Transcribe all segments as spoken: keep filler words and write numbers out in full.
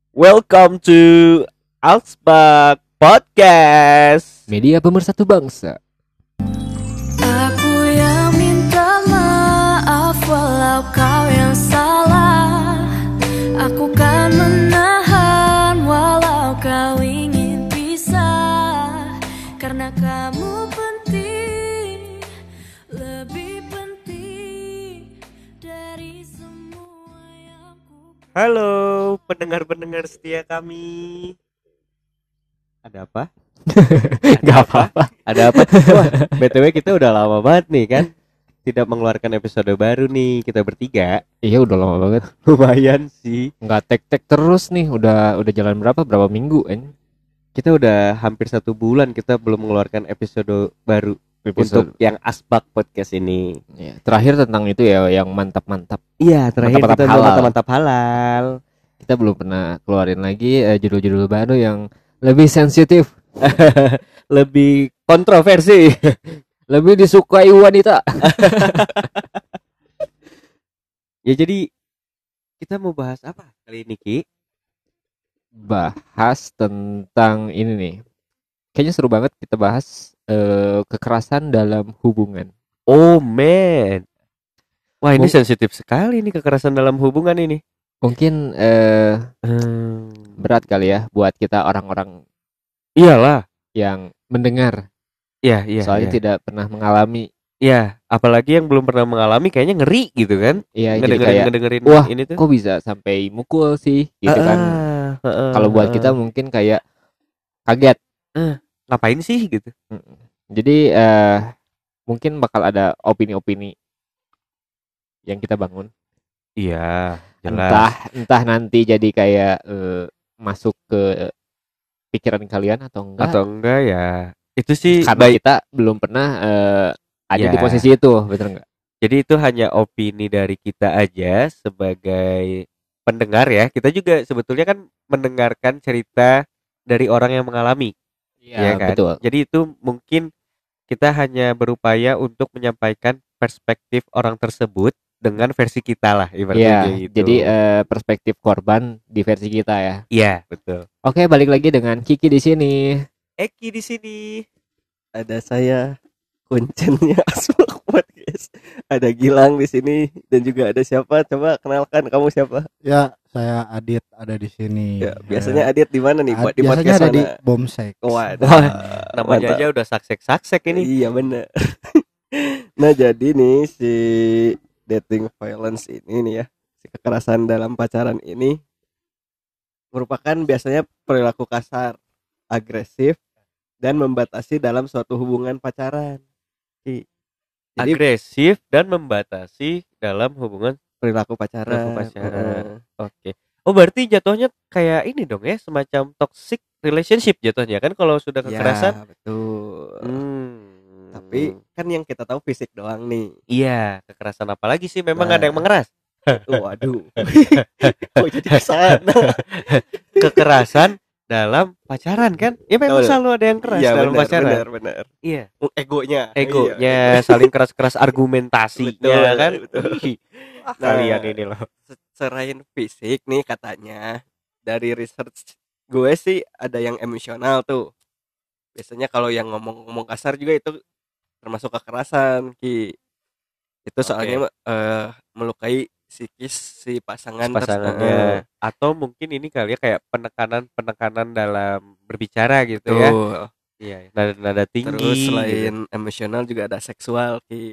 Welcome to Alsbak Podcast. Media pemersatu bangsa. Aku yang minta maaf walau kau yang salah. Aku kan menahan walau kau ingin pisah. Karena kamu penting, lebih penting dari semua yang ku. Halo pendengar-pendengar setia kami. Ada apa? Gak apa-apa. Ada apa? Wah, B T W kita udah lama banget nih kan tidak mengeluarkan episode baru nih kita bertiga. Iya udah lama banget. Lumayan sih. Nggak tek-tek terus nih. Udah udah jalan berapa? Berapa minggu kan? Kita udah hampir satu bulan kita belum mengeluarkan episode baru Episode. untuk yang Asbak Podcast ini. Ya, terakhir tentang itu ya yang mantap-mantap. Iya, terakhir Mantap-mantap kita halal. mantap-mantap halal. Kita belum pernah keluarin lagi eh, judul-judul baru yang lebih sensitif, Lebih kontroversi. lebih disukai wanita. Ya jadi kita mau bahas apa kali ini, Ki? Bahas tentang ini nih. Kayaknya seru banget kita bahas eh, kekerasan dalam hubungan. Oh man. Wah, ini Mung- sensitif sekali nih kekerasan dalam hubungan ini. Mungkin eh, Hmm. berat kali ya buat kita orang-orang Iyalah. yang mendengar. Iya, iya. Soalnya iya. tidak pernah mengalami. Iya, apalagi yang belum pernah mengalami kayaknya ngeri gitu kan. Iya, jadi Ngedengerin kayak ngedengerin wah, ini tuh. kok bisa sampai mukul sih gitu kan. Ah, ah, ah, Kalau buat ah. kita mungkin kayak kaget. ngapain sih gitu. Mm-mm. Jadi eh mungkin bakal ada opini-opini yang kita bangun. Iya, jelas. Entah entah nanti jadi kayak eh, masuk ke pikiran kalian atau enggak. Atau enggak ya. Itu sih Karena baik. kita belum pernah eh, ada Ya. di posisi itu, betul enggak? Jadi itu hanya opini dari kita aja sebagai pendengar ya. Kita juga sebetulnya kan mendengarkan cerita dari orang yang mengalami. Iya kan? betul. Jadi itu mungkin kita hanya berupaya untuk menyampaikan perspektif orang tersebut dengan versi kita lah ibaratnya Iya, kayak gitu. jadi eh, perspektif korban di versi kita ya. Iya, betul. Oke, balik lagi dengan Kiki di sini. Eki di sini. Ada saya kuncennya Asbak Podcast. Ada Gilang di sini dan juga ada siapa? Coba kenalkan kamu siapa? Ya, saya Adit ada di sini. Ya, biasanya Adit di mana nih? Ad- Di biasanya podcast ada di mana? Bomsek. Waduh. Wah, namanya mantap. aja udah saksek-saksek ini. Iya bener. Nah jadi nih si dating violence ini nih ya, si kekerasan dalam pacaran ini merupakan biasanya perilaku kasar, agresif, dan membatasi dalam suatu hubungan pacaran. Ki. Jadi Agresif dan membatasi dalam hubungan. perilaku pacaran. Perilaku pacaran. Heeh. Oke. Oh, berarti jatuhnya kayak ini dong ya, semacam toxic relationship jatuhnya kan kalau sudah kekerasan. Ya, betul. Hmm. Tapi kan yang kita tahu fisik doang nih. iya, kekerasan apa lagi sih? Memang Nah. ada yang mengeras. Waduh. Kok jadi kesana? Kekerasan dalam pacaran kan? Ya memang Betul. selalu ada yang keras Iya, dalam benar, pacaran. benar, benar. Iya, Egonya. egonya Iya, saling keras-keras argumentasinya Betul, kan. betul. Ih, Nah, kalian ini loh. se- Selain fisik nih katanya dari research gue sih ada yang emosional tuh. Biasanya kalau yang ngomong-ngomong kasar juga itu termasuk kekerasan, Ki. Itu soalnya eh, melukai psikis si pasangan ters- Pasangannya eh, atau mungkin ini kali ya kayak penekanan-penekanan dalam berbicara gitu ya. Betul. Iya, nada-nada tinggi. Terus gitu. selain emosional juga ada seksual, Ki.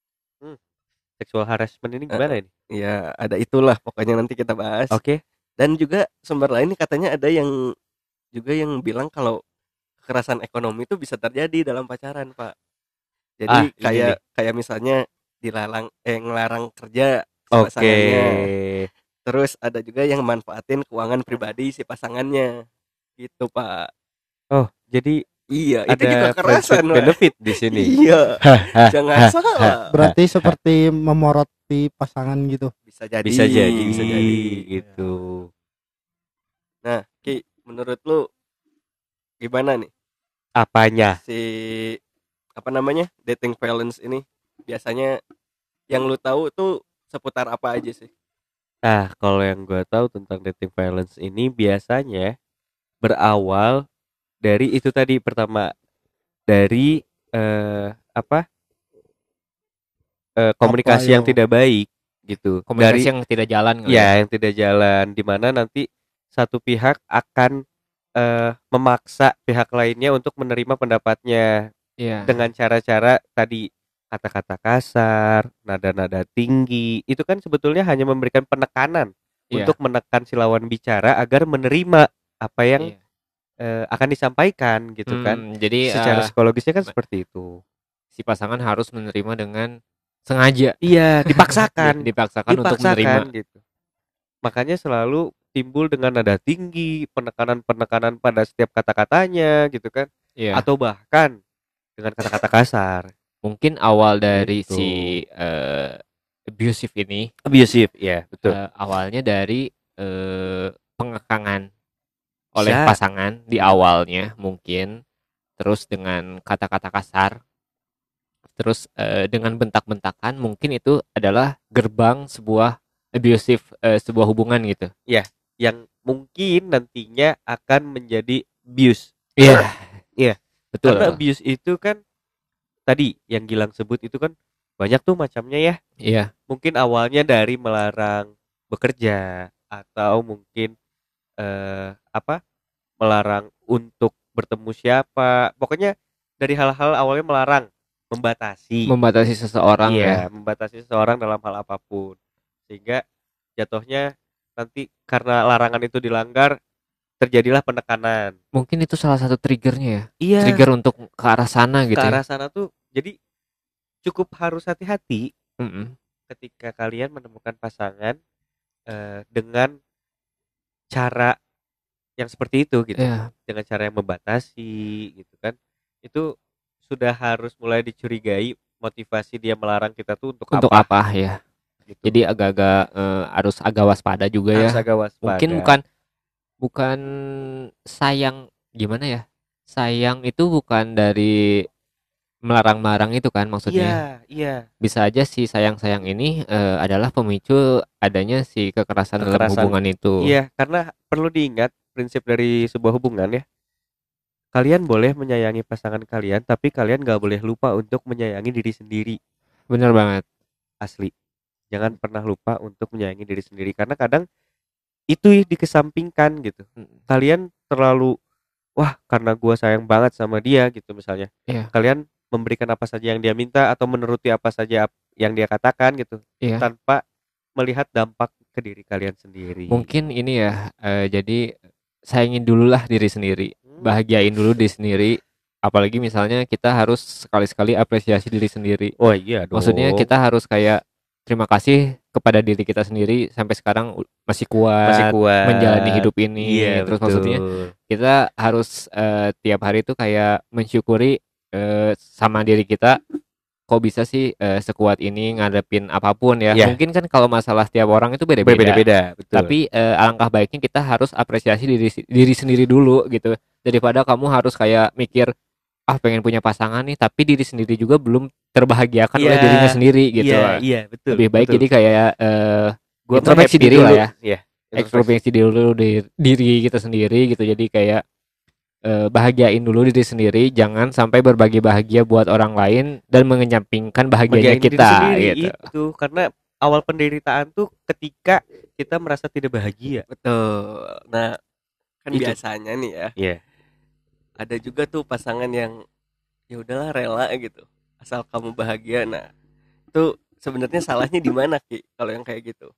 Sexual harassment ini gimana ini? Ya, ada itulah pokoknya nanti kita bahas. Oke. Dan juga sumber lain nih katanya ada yang juga yang bilang kalau kekerasan ekonomi itu bisa terjadi dalam pacaran, Pak. Jadi Ah, ini kayak kayak misalnya dilarang eh ngelarang kerja si Oke. pasangannya. Terus ada juga yang manfaatin keuangan pribadi si pasangannya. Gitu, Pak. Oh, jadi Iya, ada itu juga kekerasan, friendship Pak. benefit di sini. Iya. Jangan salah. Berarti seperti memoroti pasangan gitu. Bisa jadi. Bisa jadi, Bisa jadi. gitu. Nah, Ki, menurut lu gimana nih Apanya? si apa namanya dating violence ini biasanya yang lu tahu tuh seputar apa aja sih? Nah, kalau yang gue tahu tentang dating violence ini biasanya berawal dari itu tadi, pertama dari eh, apa eh, komunikasi yang yo? tidak baik gitu. Komunikasi Dari yang tidak jalan kali ya. ya yang tidak jalan, di mana nanti satu pihak akan eh, memaksa pihak lainnya untuk menerima pendapatnya Iya. dengan cara-cara tadi, kata-kata kasar, nada-nada tinggi. Itu kan sebetulnya hanya memberikan penekanan Iya. untuk menekan si lawan bicara agar menerima apa yang Iya. eh, akan disampaikan gitu kan. Hmm, jadi Secara eh, psikologisnya kan ma- seperti itu. si pasangan harus menerima dengan sengaja. Iya, dipaksakan, Dipaksakan untuk menerima. dipaksakan gitu. Makanya selalu timbul dengan nada tinggi, penekanan-penekanan pada setiap kata-katanya gitu kan, Iya. atau bahkan dengan kata-kata kasar. Mungkin awal dari Gitu. si eh, abusive ini Abusive, ya betul. eh, awalnya dari eh, pengekangan oleh Bisa. pasangan di awalnya mungkin, terus dengan kata-kata kasar, terus eh, dengan bentak-bentakan, mungkin itu adalah gerbang sebuah abusive eh, sebuah hubungan gitu. Yang mungkin nantinya akan menjadi abuse. Iya. Iya. Betul. Karena abuse itu kan tadi yang Gilang sebut itu kan banyak tuh macamnya ya. Iya. Mungkin awalnya dari melarang bekerja, atau mungkin eh, apa melarang untuk bertemu siapa. Pokoknya dari hal-hal awalnya melarang, membatasi. Membatasi seseorang Iya, ya. membatasi seseorang dalam hal apapun. Sehingga jatuhnya nanti karena larangan itu dilanggar, terjadilah penekanan. Mungkin itu salah satu triggernya ya. Iya, Trigger untuk ke arah sana ke gitu ya. arah sana tuh. Jadi cukup harus hati-hati Mm-mm. ketika kalian menemukan pasangan eh, dengan cara yang seperti itu gitu. Iya. Dengan cara yang membatasi gitu kan. Itu sudah harus mulai dicurigai motivasi dia melarang kita tuh untuk, Untuk apa, apa ya? gitu. Jadi agak-agak eh, harus agak waspada juga ya. Harus agak waspada. Mungkin bukan bukan sayang, gimana ya? Sayang itu bukan dari melarang-melarang itu kan maksudnya. Iya, iya. Bisa aja si sayang-sayang ini eh, adalah pemicu adanya si kekerasan, dalam Kekerasan. hubungan itu. Iya, karena perlu diingat prinsip dari sebuah hubungan ya. Kalian boleh menyayangi pasangan kalian, tapi kalian gak boleh lupa untuk menyayangi diri sendiri. Bener banget. Asli. Jangan pernah lupa untuk menyayangi diri sendiri, karena kadang itu dikesampingkan gitu. Kalian terlalu, wah karena gua sayang banget sama dia gitu misalnya. Iya. Kalian memberikan apa saja yang dia minta atau menuruti apa saja yang dia katakan gitu, Iya. tanpa melihat dampak ke diri kalian sendiri. Mungkin ini ya, eh, jadi sayangin dulu lah diri sendiri, Hmm. bahagiain dulu diri sendiri. Apalagi misalnya kita harus sekali-sekali apresiasi diri sendiri. Oh iya dong. Maksudnya kita harus kayak terima kasih kepada diri kita sendiri sampai sekarang u- masih kuat, masih kuat menjalani hidup ini. Iya, Terus betul. maksudnya kita harus eh, tiap hari itu kayak mensyukuri eh, sama diri kita, kok bisa sih eh, sekuat ini ngadepin apapun ya. Iya. Mungkin kan kalau masalah tiap orang itu beda-beda. berbeda-beda, betul. Tapi eh, alangkah baiknya kita harus apresiasi diri diri sendiri dulu gitu, daripada kamu harus kayak mikir ah pengen punya pasangan nih tapi diri sendiri juga belum terbahagiakan oleh Iya, dirinya sendiri gitu. Iya, iya, betul. Lebih baik betul. jadi kayak eh Gua introspeksi happy diri dulu. lah ya. Iya. Ekstrospeksi dulu di diri kita sendiri gitu. Jadi kayak eh, bahagiain dulu diri sendiri, jangan sampai berbagi bahagia buat orang lain dan mengenyampingkan bahagianya Bahagiain diri kita sendiri gitu. itu karena awal penderitaan tuh ketika kita merasa tidak bahagia. Betul. Nah, kan Itu. biasanya nih ya, Iya. ada juga tuh pasangan yang ya udahlah rela gitu, asal kamu bahagia. Nah, itu sebenarnya salahnya di mana Ki kalau yang kayak gitu?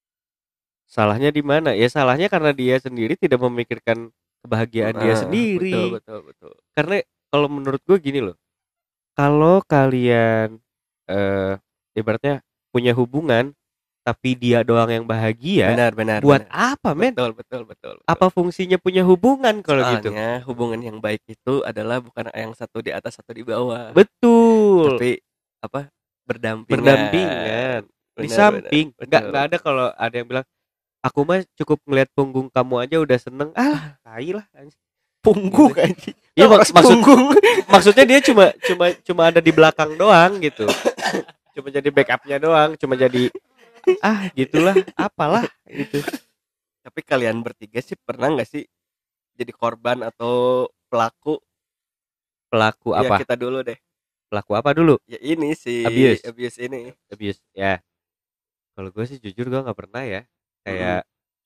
Salahnya di mana? Ya salahnya karena dia sendiri tidak memikirkan kebahagiaan dia Nah, sendiri. Betul, betul, betul. Karena kalau menurut gue gini loh. Kalau kalian eh ibaratnya punya hubungan tapi dia doang yang bahagia, Benar, benar. buat benar. apa, men? Betul, betul, betul, betul. Apa fungsinya punya hubungan kalau gitu? Soalnya hubungan yang baik itu adalah bukan yang satu di atas satu di bawah, Betul. tapi apa berdampingan. Berdampingan. Di Benar, samping. benar. Enggak Betul. enggak ada kalau ada yang bilang aku mah cukup ngeliat punggung kamu aja udah seneng. Ah, tai lah. punggung aja. Iya, Oh, mak- maksud punggung. maksudnya dia cuma cuma cuma ada di belakang doang gitu. Cuma jadi backupnya doang, cuma jadi ah gitulah apalah gitu. Tapi kalian bertiga sih pernah nggak sih jadi korban atau pelaku? Pelaku Ya apa? kita dulu deh. Pelaku apa dulu? Ya ini si Abuse. abuse ini. Abuse ya. Kalau gue sih jujur gue nggak pernah ya. Kayak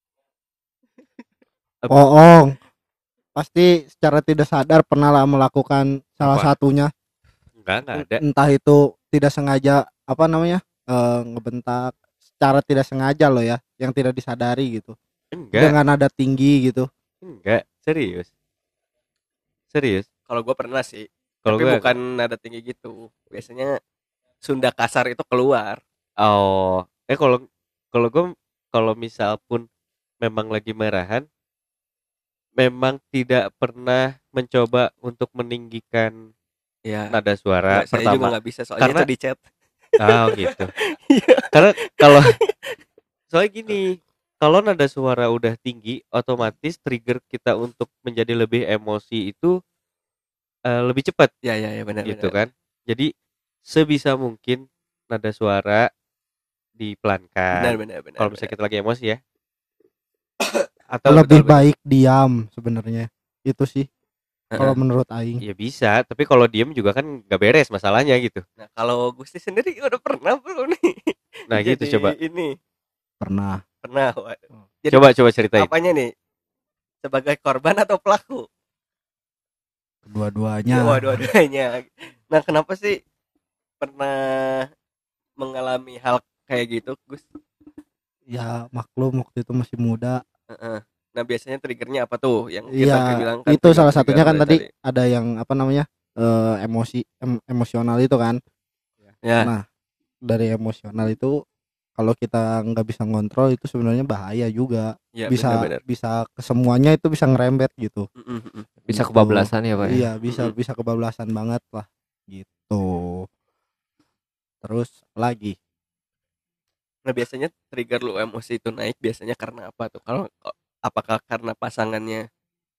Ab- Bohong. Pasti secara tidak sadar pernah lah melakukan salah Apa? satunya. enggak enggak ada. Entah itu tidak sengaja apa namanya? eh, ngebentak secara tidak sengaja loh ya, yang tidak disadari gitu. Enggak. Dengan nada tinggi gitu. Enggak, serius. Serius. Kalau gue pernah sih. Kalau Tapi gue bukan nada tinggi gitu. Biasanya Sunda kasar itu keluar. oh, eh kalau kalau gue kalau misal pun memang lagi marahan, memang tidak pernah mencoba untuk meninggikan Ya. nada suara Nggak, saya juga pertama. nggak bisa soalnya Karena- itu di chat. Oh gitu. Karena kalau soalnya gini, kalau nada suara udah tinggi, otomatis trigger kita untuk menjadi lebih emosi itu eh, lebih cepat Ya ya ya benar gitu benar. kan. Jadi sebisa mungkin nada suara dipelankan. Benar benar benar. Kalau misalnya benar. kita lagi emosi ya. Atau Lebih betul-betul- baik diam sebenarnya. Itu sih kalau Heeh. menurut aing. Ya bisa, tapi kalau diem juga kan nggak beres masalahnya gitu. Nah, kalau Gusti sendiri udah pernah belum nih? Nah gitu Jadi coba. Ini Pernah. pernah. waduh. Jadi Coba coba ceritain. apanya nih? Sebagai korban atau pelaku? Kedua-duanya. Ya, dua-duanya. Nah, kenapa sih pernah mengalami hal kayak gitu, Gus? Ya maklum waktu itu masih muda. Heeh. Nah, biasanya triggernya apa tuh yang kita Iya, bilang kan? itu salah satunya kan trigger-trigger tadi ada yang apa namanya? eh, emosi em- emosional itu kan. Ya. Nah, dari emosional itu kalau kita nggak bisa ngontrol itu sebenarnya bahaya juga. Ya, bisa benar-benar. bisa ke semuanya itu bisa ngerembet gitu. Mm, mm, mm. Bisa Gitu. kebablasan ya Pak ya? Iya, bisa Mm-mm. bisa kebablasan banget lah gitu. Terus lagi Nah, biasanya trigger lu emosi itu naik biasanya karena apa tuh? Kalau apakah karena pasangannya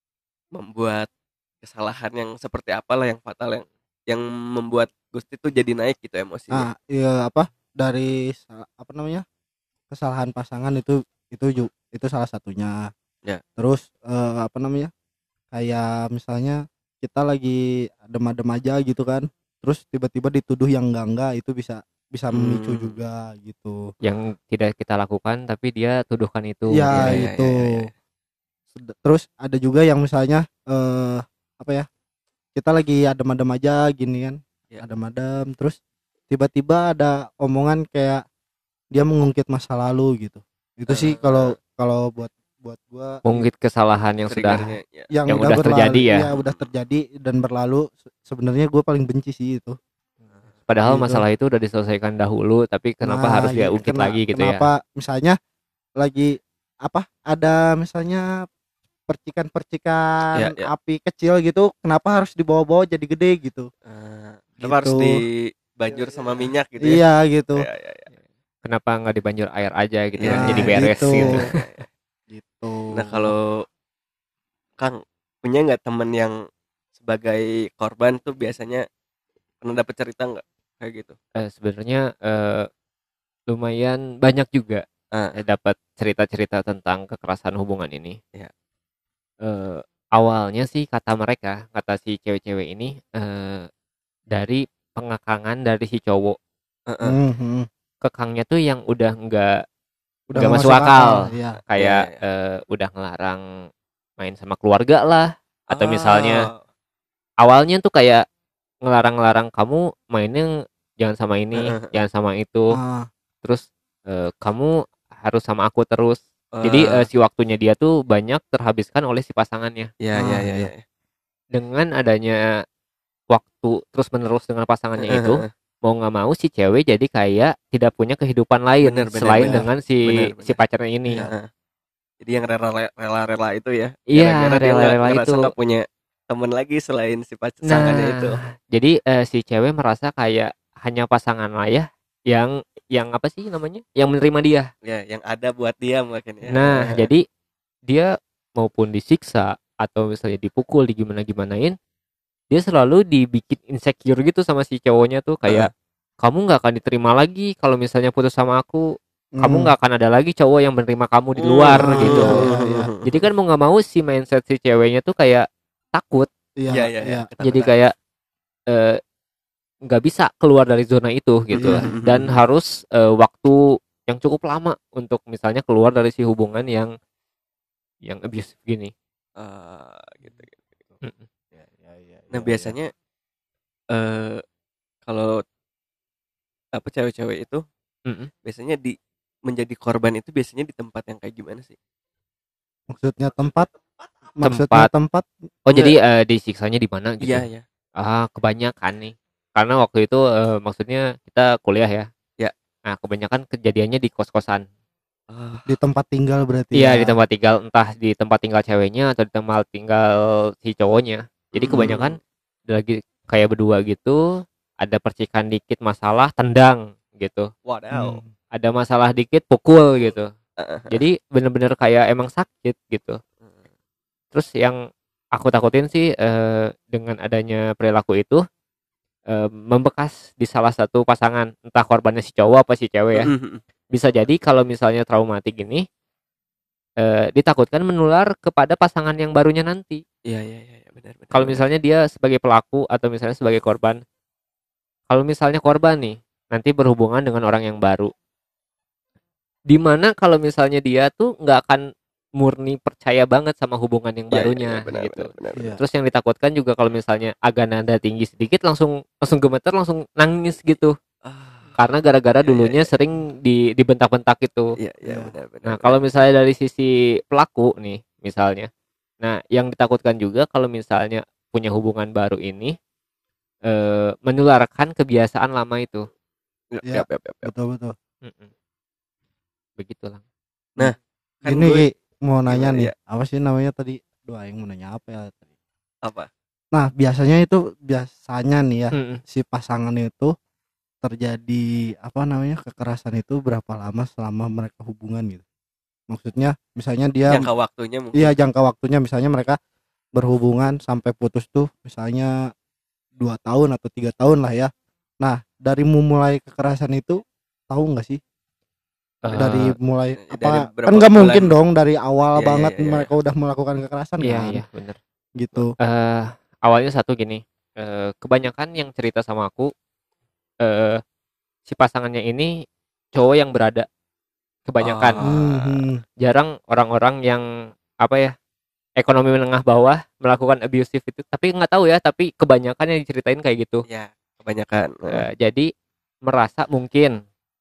membuat kesalahan yang seperti apalah yang fatal yang yang membuat Gusti tuh jadi naik gitu emosinya. ah iya apa dari sa- apa namanya? Kesalahan pasangan itu itu ju- itu salah satunya. Ya. Terus eh, apa namanya? Kayak misalnya kita lagi adem-adem aja gitu kan. Terus tiba-tiba dituduh yang enggak-enggak itu bisa bisa memicu Hmm. juga gitu. Yang tidak kita lakukan tapi dia tuduhkan itu. Ya, ya, ya, itu. ya, ya. Sed- Terus ada juga yang misalnya eh apa ya? Kita lagi adem-adem aja gini kan. Ya. Adem-adem terus tiba-tiba ada omongan kayak dia mengungkit masa lalu gitu. Itu sih Eh. kalau kalau buat buat gua Mengungkit kesalahan yang sudah Triggernya, ya. yang, yang udah, udah berlalu, terjadi ya? iya, udah terjadi dan berlalu se- sebenarnya gua paling benci sih itu. padahal Gitu. masalah itu udah diselesaikan dahulu tapi kenapa Nah, harus dia iya, ungkit kena- lagi gitu ya. kenapa misalnya lagi apa ada misalnya percikan-percikan Ya, ya. api kecil gitu kenapa harus dibawa-bawa jadi gede gitu. Eh, kenapa harus Gitu. dibanjur sama minyak gitu ya? Iya gitu. Ya, ya, ya. Kenapa nggak dibanjur air aja gitu Nah, ya, jadi beres gitu. gitu. Gitu. Nah, kalau Kang punya nggak temen yang sebagai korban tuh biasanya pernah dapet cerita nggak kayak gitu? Eh, sebenarnya eh, lumayan banyak juga Ah. eh, dapat cerita-cerita tentang kekerasan hubungan ini. Iya. Eh, awalnya sih kata mereka, kata si cewek-cewek ini eh, dari pengekangan dari si cowok. Heeh. Mhm. Kekangnya tuh yang udah nggak Udah nggak nggak masuk akal. Iya. kayak Iya, eh, udah ngelarang main sama keluarga lah, atau Ah. misalnya awalnya tuh kayak ngelarang-ngelarang kamu mainnya jangan sama ini, Heeh. jangan sama itu. Ah, Terus eh, kamu harus sama aku terus. Jadi Ah. eh, si waktunya dia tuh banyak terhabiskan oleh si pasangannya. ya, Ah, ya, ya, iya. ya. Dengan adanya waktu terus menerus dengan pasangannya itu, mau nggak mau si cewek jadi kayak tidak punya kehidupan lain Bener, bener, selain bener. dengan si Bener, si bener. pacarnya ini. Heeh. Jadi yang rela- rela-rela itu ya. Iya, Gara-gara dia nggak- rela-rela ngerasa itu. nggak punya temen lagi selain si pasangannya Nah, itu. jadi eh, si cewek merasa kayak hanya pasangan lah ya yang yang apa sih namanya? Yang menerima dia. Ya, yang ada buat dia mungkin ya. Nah, jadi dia maupun disiksa atau misalnya dipukul, digimana-gimanain, dia selalu dibikin insecure gitu sama si cowoknya tuh kayak kamu nggak akan diterima lagi kalau misalnya putus sama aku. kamu Hmm. nggak akan ada lagi cowok yang menerima kamu di luar Hmm, gitu. iya, iya, iya. Jadi kan mau nggak mau si mindset si ceweknya tuh kayak takut. Iya, Iya, iya, iya. iya. Jadi kayak eh, nggak bisa keluar dari zona itu gitu Iya. lah. Dan harus eh, waktu yang cukup lama untuk misalnya keluar dari si hubungan yang yang abusive gini. Ah, gitu, gitu. Mm-mm. Iya, iya, iya, Nah iya, biasanya eh kalau apa cewek-cewek itu Mm-mm. biasanya di menjadi korban itu biasanya di tempat yang kayak gimana sih? iya. Maksudnya tempat, maksudnya Tempat. tempat. Oh jadi eh, disiksanya di mana gitu? Iya ya. Ah kebanyakan nih. Karena waktu itu eh, maksudnya kita kuliah ya. Ya. Nah kebanyakan kejadiannya di kos-kosan. Ah, Di tempat tinggal berarti. Iya ya. di tempat tinggal, entah di tempat tinggal ceweknya atau di tempat tinggal si cowoknya. Jadi Hmm. kebanyakan lagi kayak berdua gitu, ada percikan dikit masalah tendang gitu, wadaw. Hmm. ada masalah dikit pukul gitu. Ah, Jadi bener-bener kayak emang sakit gitu. Terus yang aku takutin sih eh, dengan adanya perilaku itu eh, membekas di salah satu pasangan, entah korbannya si cowok apa si cewek ya. Mm-mm. Bisa jadi kalau misalnya traumatik ini eh, ditakutkan menular kepada pasangan yang barunya nanti. Iya iya iya iya, benar benar. Kalau misalnya dia sebagai pelaku atau misalnya sebagai korban. Kalau misalnya korban nih nanti berhubungan dengan orang yang baru. Dimana kalau misalnya dia tuh nggak akan murni percaya banget sama hubungan yang Iya, iya, barunya iya, benar, gitu. benar, benar, benar. Iya. Terus yang ditakutkan juga kalau misalnya agak nada tinggi sedikit langsung langsung gemeter langsung nangis gitu. Ah, Karena gara-gara iya, iya, dulunya iya. sering di dibentak-bentak itu. Iya iya Iya. benar benar. Nah, benar. kalau misalnya dari sisi pelaku nih, misalnya. Nah, yang ditakutkan juga kalau misalnya punya hubungan baru ini eh, menularkan kebiasaan lama itu. Yap, Iya. yap, yap, yap, yap. Betul, betul. Mm-mm. Begitulah. Kan Ini gue- Ki, mau nanya Gimana, nih, ya? apa sih namanya tadi? Doa yang mau nanya apa ya tadi? Apa? Nah, biasanya itu biasanya nih ya, Mm-mm. si pasangan itu terjadi apa namanya kekerasan itu berapa lama selama mereka hubungan gitu. Maksudnya misalnya dia Jangka waktunya mungkin. iya jangka waktunya misalnya mereka berhubungan sampai putus tuh misalnya dua tahun atau tiga tahun lah ya. Nah, dari memulai kekerasan itu tahu nggak sih? Eh, Dari mulai dari apa? berapa Kan nggak bulan? mungkin dong dari awal Iya, iya, banget iya, iya. mereka udah melakukan kekerasan iya, kan? iya, bener. Gitu. Eh, awalnya satu gini, eh, kebanyakan yang cerita sama aku, eh, si pasangannya ini cowok yang berada. Kebanyakan. Ah. Hmm, Jarang orang-orang yang apa ya, ekonomi menengah bawah melakukan abusive itu. Tapi nggak tahu ya, tapi kebanyakan yang diceritain kayak gitu. Ya, kebanyakan. Eh, jadi merasa mungkin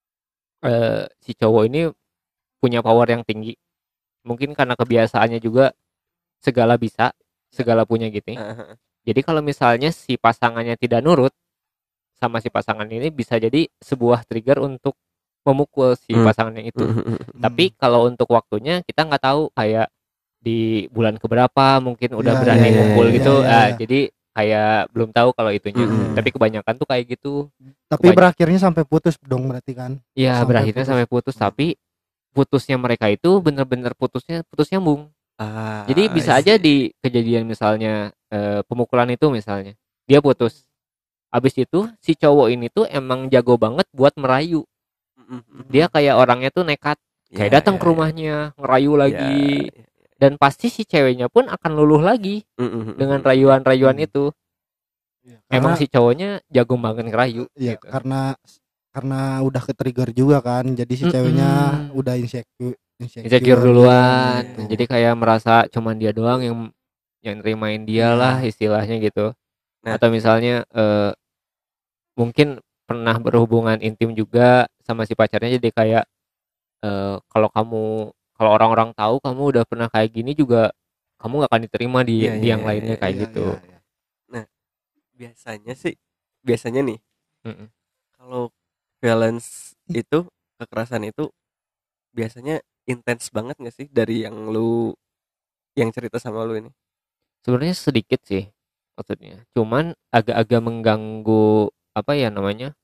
eh, si cowok ini punya power yang tinggi. Mungkin karena kebiasaannya juga segala bisa, segala punya gitu. Ah, Jadi kalau misalnya si pasangannya tidak nurut sama si pasangan ini bisa jadi sebuah trigger untuk memukul si Hmm. pasangannya itu. hmm. Tapi kalau untuk waktunya kita nggak tahu kayak di bulan keberapa mungkin udah Iya, berani iya, iya, mukul iya, gitu. iya, Ah, iya. jadi kayak belum tahu kalau itunya. Mm-mm. Tapi kebanyakan tuh kayak gitu. Tapi Kebanyak- berakhirnya sampai putus dong berarti kan? Ya Sampai berakhirnya putus. sampai putus. Tapi putusnya mereka itu bener-bener putusnya putus nyambung. ah, Jadi bisa I aja see. di kejadian misalnya eh, pemukulan itu misalnya dia putus. Abis itu si cowok ini tuh emang jago banget buat merayu. Mm-mm. Dia kayak orangnya tuh nekat, kayak Ya, datang ya, ke ya. rumahnya, ngerayu Ya, lagi. ya, ya. Dan pasti si ceweknya pun akan luluh lagi Mm-mm. dengan rayuan-rayuan Hmm. itu. Karena, Emang si cowoknya jago banget ngerayu. ya, gitu. karena karena udah ke trigger juga kan. Jadi si Mm-mm. ceweknya udah insecure Insecure duluan. gitu. Jadi kayak merasa cuman dia doang yang yang nerimain dia Iya. lah istilahnya gitu. Nah. Atau misalnya eh, mungkin pernah berhubungan intim juga sama si pacarnya jadi kayak eh, kalau kamu kalau orang-orang tahu kamu udah pernah kayak gini juga kamu gak akan diterima di, Iya, di iya, yang iya, lainnya iya, kayak Iya, gitu. iya, iya. Biasanya sih, biasanya nih, Mm-mm. kalau violence itu, kekerasan itu biasanya intens banget nggak sih dari yang lu yang cerita sama lu ini? Sebenarnya sedikit sih maksudnya. Cuman agak-agak mengganggu apa ya namanya?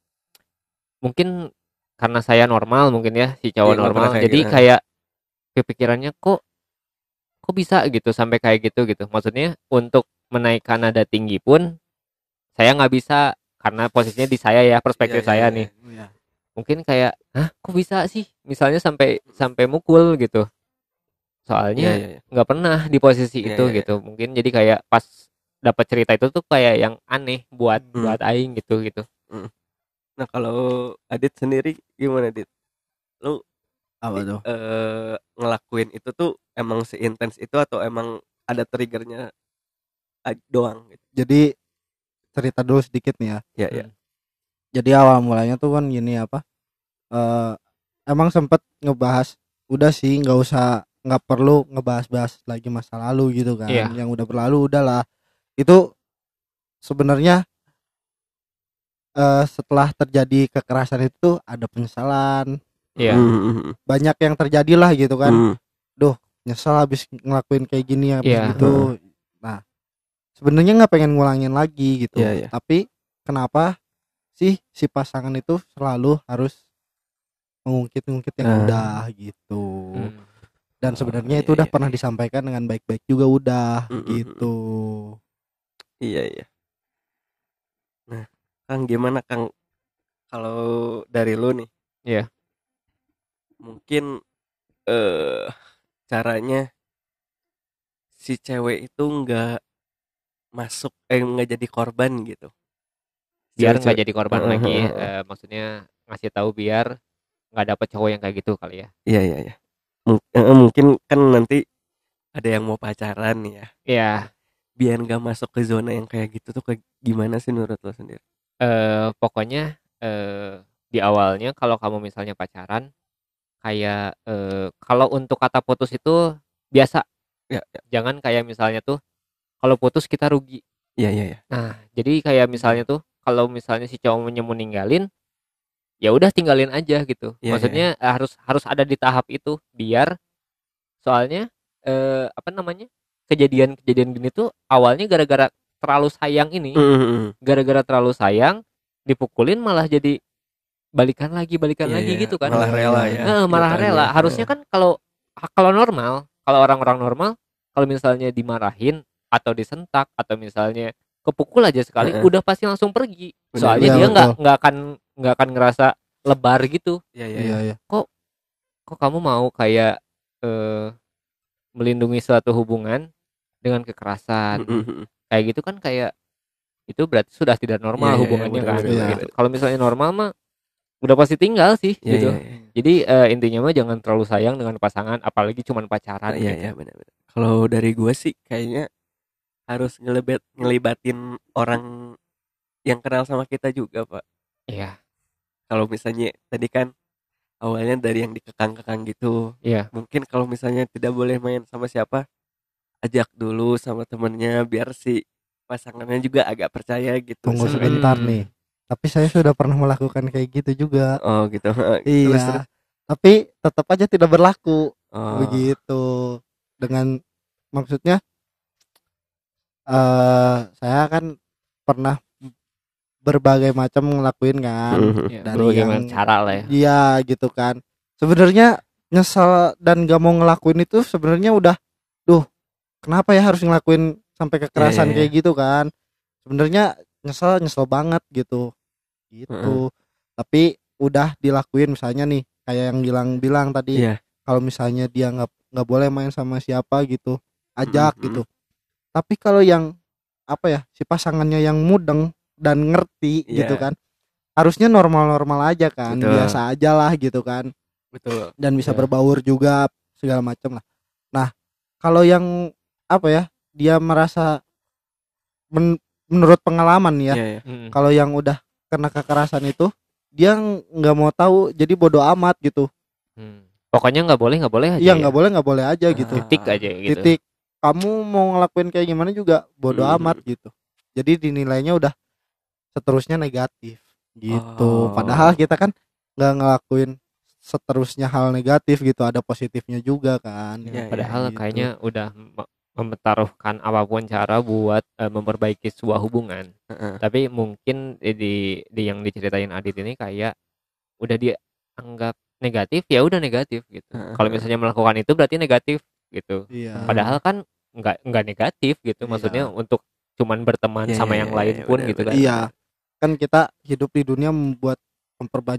Mungkin karena saya normal mungkin ya si cowok Iya, nggak normal. pernah kayak Jadi gitu. kayak kepikirannya kok kok bisa gitu sampai kayak gitu gitu. Maksudnya untuk menaikkan nada tinggi pun saya nggak bisa karena posisinya di saya ya perspektif Iya, iya, saya iya. nih. Iya. mungkin kayak, hah kok bisa sih misalnya sampai sampai mukul gitu, Iya soalnya iya iya. nggak pernah di posisi Iya itu iya iya. gitu, mungkin jadi kayak pas dapat cerita itu tuh kayak yang aneh buat Hmm. buat aing gitu gitu. Mm. Nah kalau Adit sendiri gimana Dit? Lu Apa i- tuh? eh, ngelakuin itu tuh emang seintens itu atau emang ada triggernya a- doang gitu? Jadi cerita dulu sedikit nih ya. Ya ya. Hmm. Jadi awal mulanya tuh kan gini apa? eh Emang sempet ngebahas, udah sih nggak usah, nggak perlu ngebahas-bahas lagi masa lalu gitu kan. Iya. Yang udah berlalu udahlah. Itu sebenarnya eh, setelah terjadi kekerasan itu ada penyesalan, Iya. Mm, banyak yang terjadi lah gitu kan. mm, Nyesel habis ngelakuin kayak gini habis Iya. gitu. Nah, sebenarnya nggak pengen ngulangin lagi gitu. Iya, iya. Tapi kenapa sih si pasangan itu selalu harus mengungkit-ungkit yang Ah. udah gitu. Hmm. Dan Oh, sebenarnya iya, itu udah iya, pernah iya. disampaikan dengan baik-baik juga udah Mm, mm, gitu. Iya iya. Nah, Kang gimana Kang kalau dari lu nih? Iya. Mungkin eh caranya si cewek itu nggak masuk eh nggak jadi korban gitu. Biar nggak Cewek-cewek. jadi korban Heeh, lagi, heeh, heeh. eh, maksudnya ngasih tahu biar nggak dapet cowok yang kayak gitu kali ya. Iya iya iya. Mung- eh, mungkin kan nanti ada yang mau pacaran nih ya. Iya. Biar nggak masuk ke zona yang kayak gitu tuh kayak gimana sih menurut lo sendiri? Eh pokoknya eh di awalnya kalau kamu misalnya pacaran kayak eh kalau untuk kata putus itu biasa, Ya ya jangan kayak misalnya tuh kalau putus kita rugi. iya iya. Iya. Nah, jadi kayak misalnya tuh kalau misalnya si cowoknya mau ninggalin, ya udah tinggalin aja gitu. Iya, iya, Maksudnya eh, harus harus ada di tahap itu biar soalnya eh apa namanya? Kejadian-kejadian gini tuh awalnya gara-gara terlalu sayang ini, Mm, mm, mm. gara-gara terlalu sayang dipukulin malah jadi balikan lagi balikan Iya, lagi iya. gitu kan. Malah rela ya. Heeh, malah kenyataannya. rela. Harusnya Heeh. kan kalau kalau normal, kalau orang-orang normal, kalau misalnya dimarahin atau disentak atau misalnya kepukul aja sekali, Heeh. udah pasti langsung pergi. Benar, Soalnya benar. dia Iya, nggak betul. nggak akan nggak akan ngerasa lebar gitu. Iya iya. Iya Iya. iya. Kok kamu mau kayak eh, melindungi suatu hubungan dengan kekerasan? Mm, mm, mm. Kayak gitu kan kayak itu berarti sudah tidak normal Iya, iya, iya, hubungannya benar, kan. benar, benar. Gitu. Kalau misalnya normal mah udah pasti tinggal sih Iya gitu. iya. Iya. Jadi eh, intinya mah jangan terlalu sayang dengan pasangan, apalagi cuman pacaran. Ah, iya gitu. iya benar-benar. Kalau dari gue sih kayaknya harus ngelibat ngelibatin orang yang kenal sama kita juga Pak. Iya, Kalau misalnya tadi kan awalnya dari yang dikekang-kekang gitu. iya, Mungkin kalau misalnya tidak boleh main sama siapa, ajak dulu sama temennya biar si pasangannya juga agak percaya gitu. Tunggu Sampai- sebentar Hmm. nih. Tapi saya sudah pernah melakukan kayak gitu juga. Oh gitu. Terus, Iya. terus. Tapi tetap aja tidak berlaku. Oh. Begitu. Dengan maksudnya eh saya kan pernah berbagai macam ngelakuin kan. Mhm. iya. Dari Berbagai yang- macam cara lah ya. Iya gitu kan. Sebenarnya nyesel dan gak mau ngelakuin itu sebenarnya udah, duh, kenapa ya harus ngelakuin sampai kekerasan Iya, iya, iya. kayak gitu kan? Sebenarnya nyesel nyesel banget gitu, gitu. Heeh. Tapi udah dilakuin misalnya nih, kayak yang bilang-bilang tadi, Iya. kalau misalnya dia nggak nggak boleh main sama siapa gitu, ajak Mm-mm. gitu. Tapi kalau yang apa ya, si pasangannya yang mudeng dan ngerti Iya. gitu kan, harusnya normal-normal aja kan, Betul. biasa aja lah gitu kan, Betul. dan bisa Iya. berbaur juga segala macam lah. Nah kalau yang apa ya, dia merasa men- menurut pengalaman ya, Iya, iya. Mm. kalau yang udah kena kekerasan itu dia nggak mau tahu, jadi bodoh amat gitu. Hmm. Pokoknya nggak boleh nggak boleh aja. Iya ya. nggak boleh nggak boleh aja gitu. Ah. Titik aja gitu. Titik. Kamu mau ngelakuin kayak gimana juga bodoh Mhm. amat gitu. Jadi dinilainya udah seterusnya negatif gitu. Oh. Padahal kita kan nggak ngelakuin seterusnya hal negatif gitu, ada positifnya juga kan. Iya, iya, Padahal gitu. kayaknya udah me- mempertaruhkan apapun cara buat eh, memperbaiki sebuah hubungan. Heeh. Tapi mungkin di, di di yang diceritain Adit ini kayak udah dianggap negatif, ya udah negatif gitu. Heeh. Kalau misalnya melakukan itu berarti negatif gitu. Iya. Padahal kan nggak nggak negatif gitu. Iya. Maksudnya untuk cuman berteman Iya, sama iya, yang iya, lain iya, pun benar, gitu benar. kan. Iya. Kan kita hidup di dunia membuat memperbanyak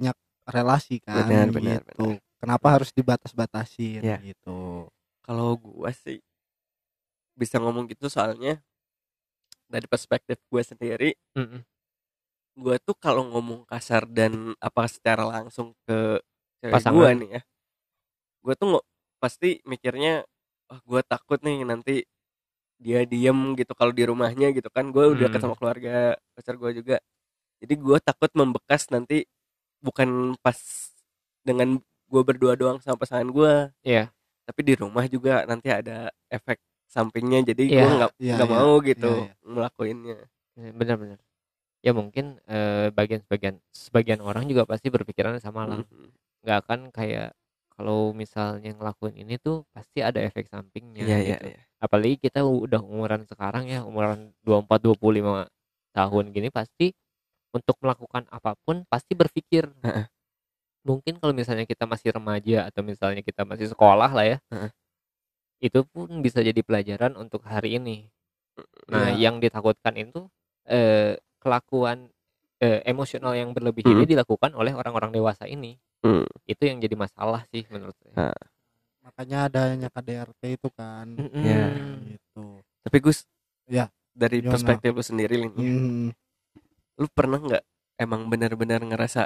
relasi kan Benar, benar, gitu. benar. Kenapa harus dibatas-batasin Iya. gitu. Kalau gua sih bisa ngomong gitu soalnya dari perspektif gue sendiri, Mm-mm. gue tuh kalau ngomong kasar dan apa secara langsung ke cewek gue Pasangan. nih ya, gue tuh nggak pasti mikirnya, wah gue takut nih nanti dia diem gitu kalau di rumahnya gitu kan, gue udah deket Hmm. sama keluarga pacar gue juga, jadi gue takut membekas nanti bukan pas dengan gue berdua doang sama pasangan gue, Iya. tapi di rumah juga nanti ada efek sampingnya, jadi gue Iya. nggak Iya, nggak iya. mau Iya, gitu iya. ngelakuinnya. Benar-benar. Ya mungkin eh, bagian-sebagian sebagian orang juga pasti berpikiran sama lah. Mhm. Nggak akan kayak kalau misalnya ngelakuin ini tuh pasti ada efek sampingnya Iya, iya, gitu. iya. Apalagi kita udah umuran sekarang ya, umuran dua puluh empat dua puluh lima tahun gini, pasti untuk melakukan apapun pasti berpikir. Heeh. Mungkin kalau misalnya kita masih remaja atau misalnya kita masih sekolah lah ya, Heeh. itu pun bisa jadi pelajaran untuk hari ini. Nah, Iya. yang ditakutkan itu eh, kelakuan eh, emosional yang berlebih Hmm. ini dilakukan oleh orang-orang dewasa ini. Hmm. Itu yang jadi masalah sih menurut saya. Nah, Makanya adanya K D R T itu kan. Mm-mm. Ya. Gitu. tapi Gus, Ya, dari gimana? perspektif lu sendiri nih, ya, Hmm. lu pernah nggak emang benar-benar ngerasa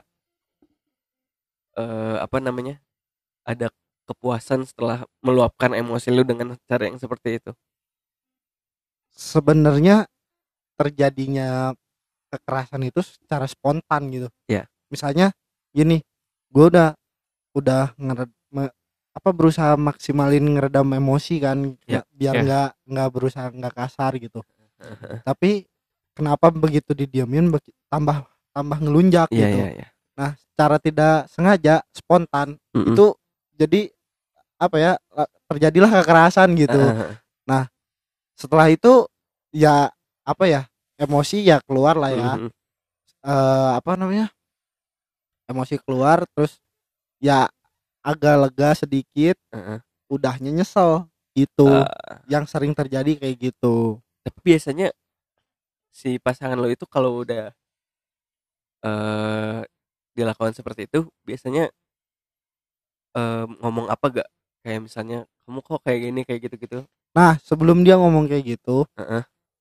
eh, apa namanya, ada kepuasan setelah meluapkan emosi lu dengan cara yang seperti itu? Sebenarnya terjadinya kekerasan itu secara spontan gitu. Ya. Misalnya gini, gue udah udah ngered, me- apa berusaha maksimalin ngeredam emosi kan, Ya. nggak- biar Ya. nggak nggak berusaha nggak kasar gitu. Tapi kenapa begitu didiamin begi- tambah tambah ngelunjak Iya, gitu. iya, iya. Nah, secara tidak sengaja spontan Mm-mm. itu jadi apa ya, la- terjadilah kekerasan gitu. Heeh, Nah, setelah itu ya apa ya, emosi ya keluar lah ya. mhm. Eh, apa namanya, emosi keluar terus ya agak lega sedikit, Heeh. udahnya nyesel gitu. Ah, Yang sering terjadi kayak gitu. tapi biasanya si pasangan lo itu kalau udah eh dilakukan seperti itu biasanya eh, ngomong apa gak? Kayak misalnya kamu kok kayak gini kayak gitu-gitu. Nah, sebelum dia ngomong kayak gitu, Heeh.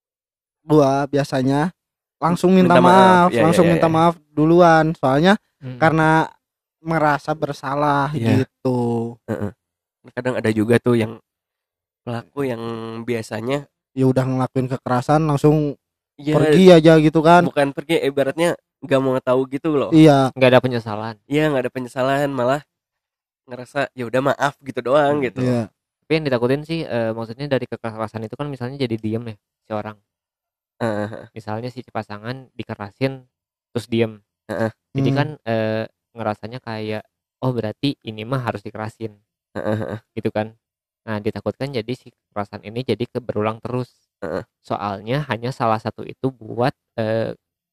gua biasanya langsung minta, Minta maaf. maaf, Ya, ya, langsung ya, minta ya. maaf duluan, soalnya Mm. karena merasa bersalah Iya. gitu. Kadang ada juga tuh yang pelaku yang biasanya Ya udah ngelakuin kekerasan langsung ya pergi aja gitu kan. bukan pergi, ibaratnya nggak mau tahu gitu loh. Iya, Nggak ada penyesalan. Iya, nggak ada penyesalan, malah ngerasa ya udah maaf gitu doang gitu. iya. Tapi yang ditakutin sih eh, maksudnya dari kekerasan itu kan misalnya jadi diem ya si orang. Heeh, Misalnya si pasangan dikerasin terus diem. Heeh. Jadi Hmm. kan eh, ngerasanya kayak oh berarti ini mah harus dikerasin heeh, heeh. gitu kan. Nah, ditakutkan jadi si kekerasan ini jadi ke- berulang terus. Heeh. Soalnya hanya salah satu itu buat eh,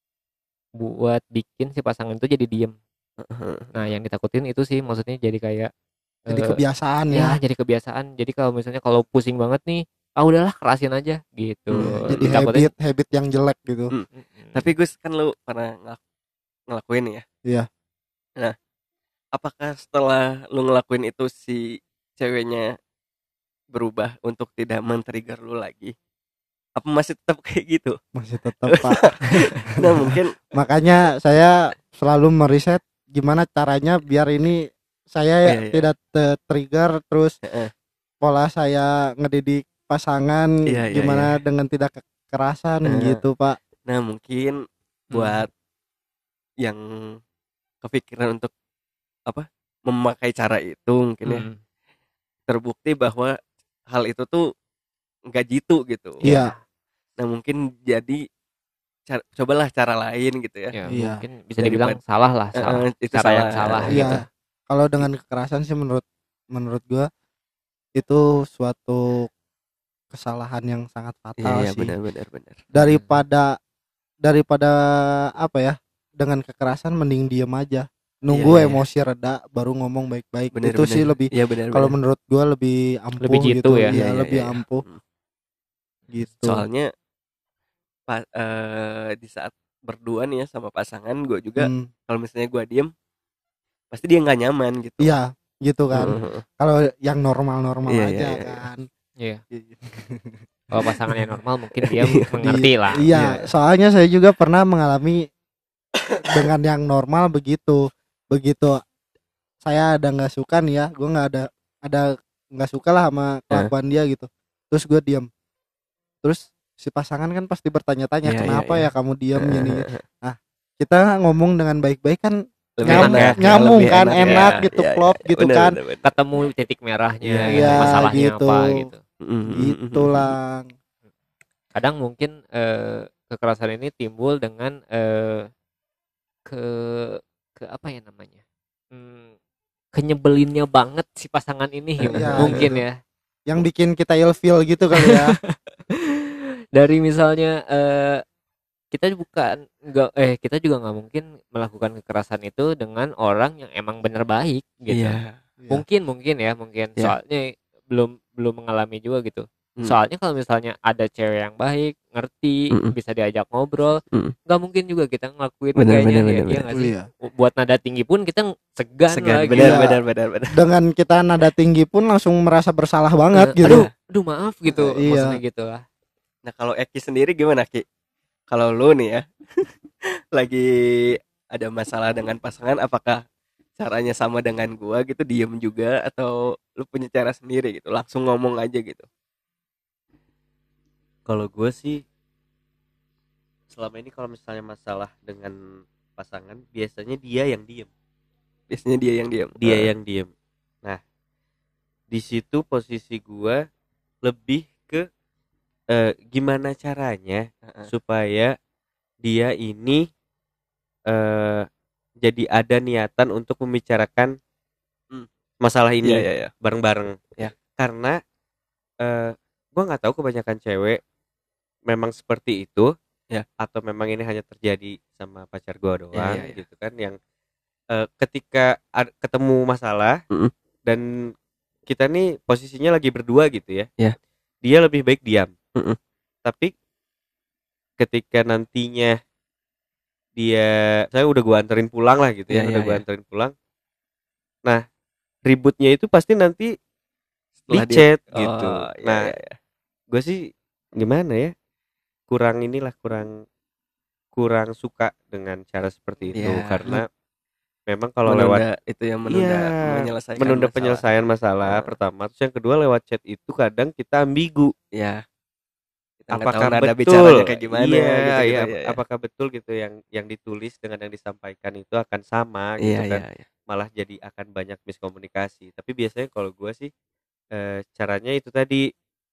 buat bikin si pasangan itu jadi diem. Heeh. Nah, yang ditakutin itu sih maksudnya jadi kayak Jadi eh, kebiasaan ya ya. jadi kebiasaan. Jadi kalau misalnya kalau pusing banget nih, ah udahlah kerasin aja gitu. Hmm, Jadi Ditakutin- habit habit yang jelek gitu. Hmm. Mm-mm. Tapi Gus, kan lu pernah ngelak- ngelakuin ya? Iya. Nah, apakah setelah lu ngelakuin itu si ceweknya berubah untuk tidak men-trigger lu lagi? Apa masih tetap kayak gitu? Masih tetap Pak. Nah, mungkin Makanya saya selalu meriset gimana caranya biar ini saya Iya, iya. tidak trigger, terus Heeh. pola saya ngedidik pasangan Iya, iya, gimana iya. dengan tidak kekerasan Heeh. gitu Pak. nah mungkin buat yang kepikiran untuk apa memakai cara itu mungkin ya, Mm. terbukti bahwa hal itu tuh nggak jitu gitu. Iya. Nah mungkin jadi ca- cobalah cara lain gitu ya. Ya, Iya. mungkin bisa Daripada- dibilang salah lah, salah. Eh, itu cara yang salah. salah Iya. gitu. Iya. Kalau dengan kekerasan sih menurut menurut gua itu suatu kesalahan yang sangat Iya, fatal iya, sih. benar benar benar. Daripada daripada apa ya, dengan kekerasan mending diem aja. Nunggu Iya, iya, iya. emosi reda baru ngomong baik-baik. Benar, Itu benar. sih lebih, Iya benar. kalau benar. menurut gua lebih ampuh Lebih jitu gitu. ya. Iya, Iya, lebih iya, iya. ampuh Hmm. gitu. Soalnya pa- eh, di saat berdua nih ya sama pasangan gue juga, Hmm, kalau misalnya gue diem pasti dia nggak nyaman gitu. Iya gitu kan. Heeh. Kalau yang normal-normal Iya, aja iya, iya. kan. Iya. Kalau pasangannya normal mungkin dia Iya. mengerti lah. Iya, Iya. soalnya saya juga pernah mengalami dengan yang normal begitu. Begitu saya ada nggak suka nih ya, gue nggak ada ada nggak suka lah sama kelakuan dia gitu. Terus gue diam. Terus si pasangan kan pasti bertanya-tanya Iya, kenapa iya, iya. ya kamu diam gini. Nah, kita ngomong dengan baik-baik kan Lebih nyam- enak ya, nyambung lebih kan, enak ya. enak gitu, Iya, klop iya, gitu bener, kan. bener, bener. Ketemu titik merahnya, Iya, gitu, iya, masalahnya gitu. apa gitu. Mm, Gitu lah. Kadang mungkin eh, kekerasan ini timbul dengan eh, ke ke apa ya namanya? Hmm, kenyebelinnya banget si pasangan ini Iya, mungkin gitu. ya. Yang bikin kita ilfeel gitu kali ya. Dari misalnya eh, kita bukan nggak eh kita juga nggak mungkin melakukan kekerasan itu dengan orang yang emang bener baik gitu. Iya. Mungkin mungkin ya mungkin Iya. soalnya belum belum mengalami juga gitu. Mm. Soalnya kalau misalnya ada cewek yang baik, ngerti, Mm-mm. bisa diajak ngobrol, Mm. nggak mungkin juga kita ngelakuin Bener, kayaknya bener, ya, bener, iya bener. nggak sih? Iya. Buat nada tinggi pun kita segan, Segan, lah benar, gitu. benar, benar, benar. Dengan kita nada tinggi pun langsung merasa bersalah banget Eh, gitu. Aduh, aduh maaf gitu, Iya. maksudnya gitu lah. Nah kalau Eki sendiri gimana Ki? Kalau lu nih ya lagi ada masalah dengan pasangan, apakah caranya sama dengan gua gitu, diem juga, atau lu punya cara sendiri gitu, langsung ngomong aja gitu? Kalau gue sih selama ini kalau misalnya masalah dengan pasangan biasanya dia yang diem, Biasanya dia yang diem. dia Heeh. yang diem. Nah di situ posisi gue lebih ke eh, gimana caranya Heeh. supaya dia ini eh, jadi ada niatan untuk membicarakan Hmm. masalah ini Iya, iya, iya. bareng-bareng. Ya. Karena eh, gue nggak tahu kebanyakan cewek memang seperti itu, Ya. atau memang ini hanya terjadi sama pacar gue doang, Ya, ya, ya. gitu kan, yang eh, ketika ad- ketemu masalah Mm-mm. dan kita nih posisinya lagi berdua gitu ya, Ya. dia lebih baik diam. Mm-mm. Tapi ketika nantinya dia, saya udah gua anterin pulang lah gitu ya, Ya, udah ya, gua ya. anterin pulang. Nah ributnya itu pasti nanti di Setelah dia- chat Oh, gitu. iya, Nah iya, iya. gue sih gimana ya, kurang inilah kurang kurang suka dengan cara seperti itu, Iya. karena memang kalau lewat Menunda itu yang menunda Iya, menyelesaikan menunda masalah. penyelesaian masalah Heeh. pertama, terus yang kedua lewat chat itu kadang kita ambigu. Ya. Kita nggak Apakah tahu nada betul? bicaranya kayak gimana Iya, gitu, gitu, iya, ya, ya. apakah betul gitu yang yang ditulis dengan yang disampaikan itu akan sama gitu Iya, kan? iya, iya. Malah jadi akan banyak miskomunikasi. Tapi biasanya kalau gue sih eh, caranya itu tadi,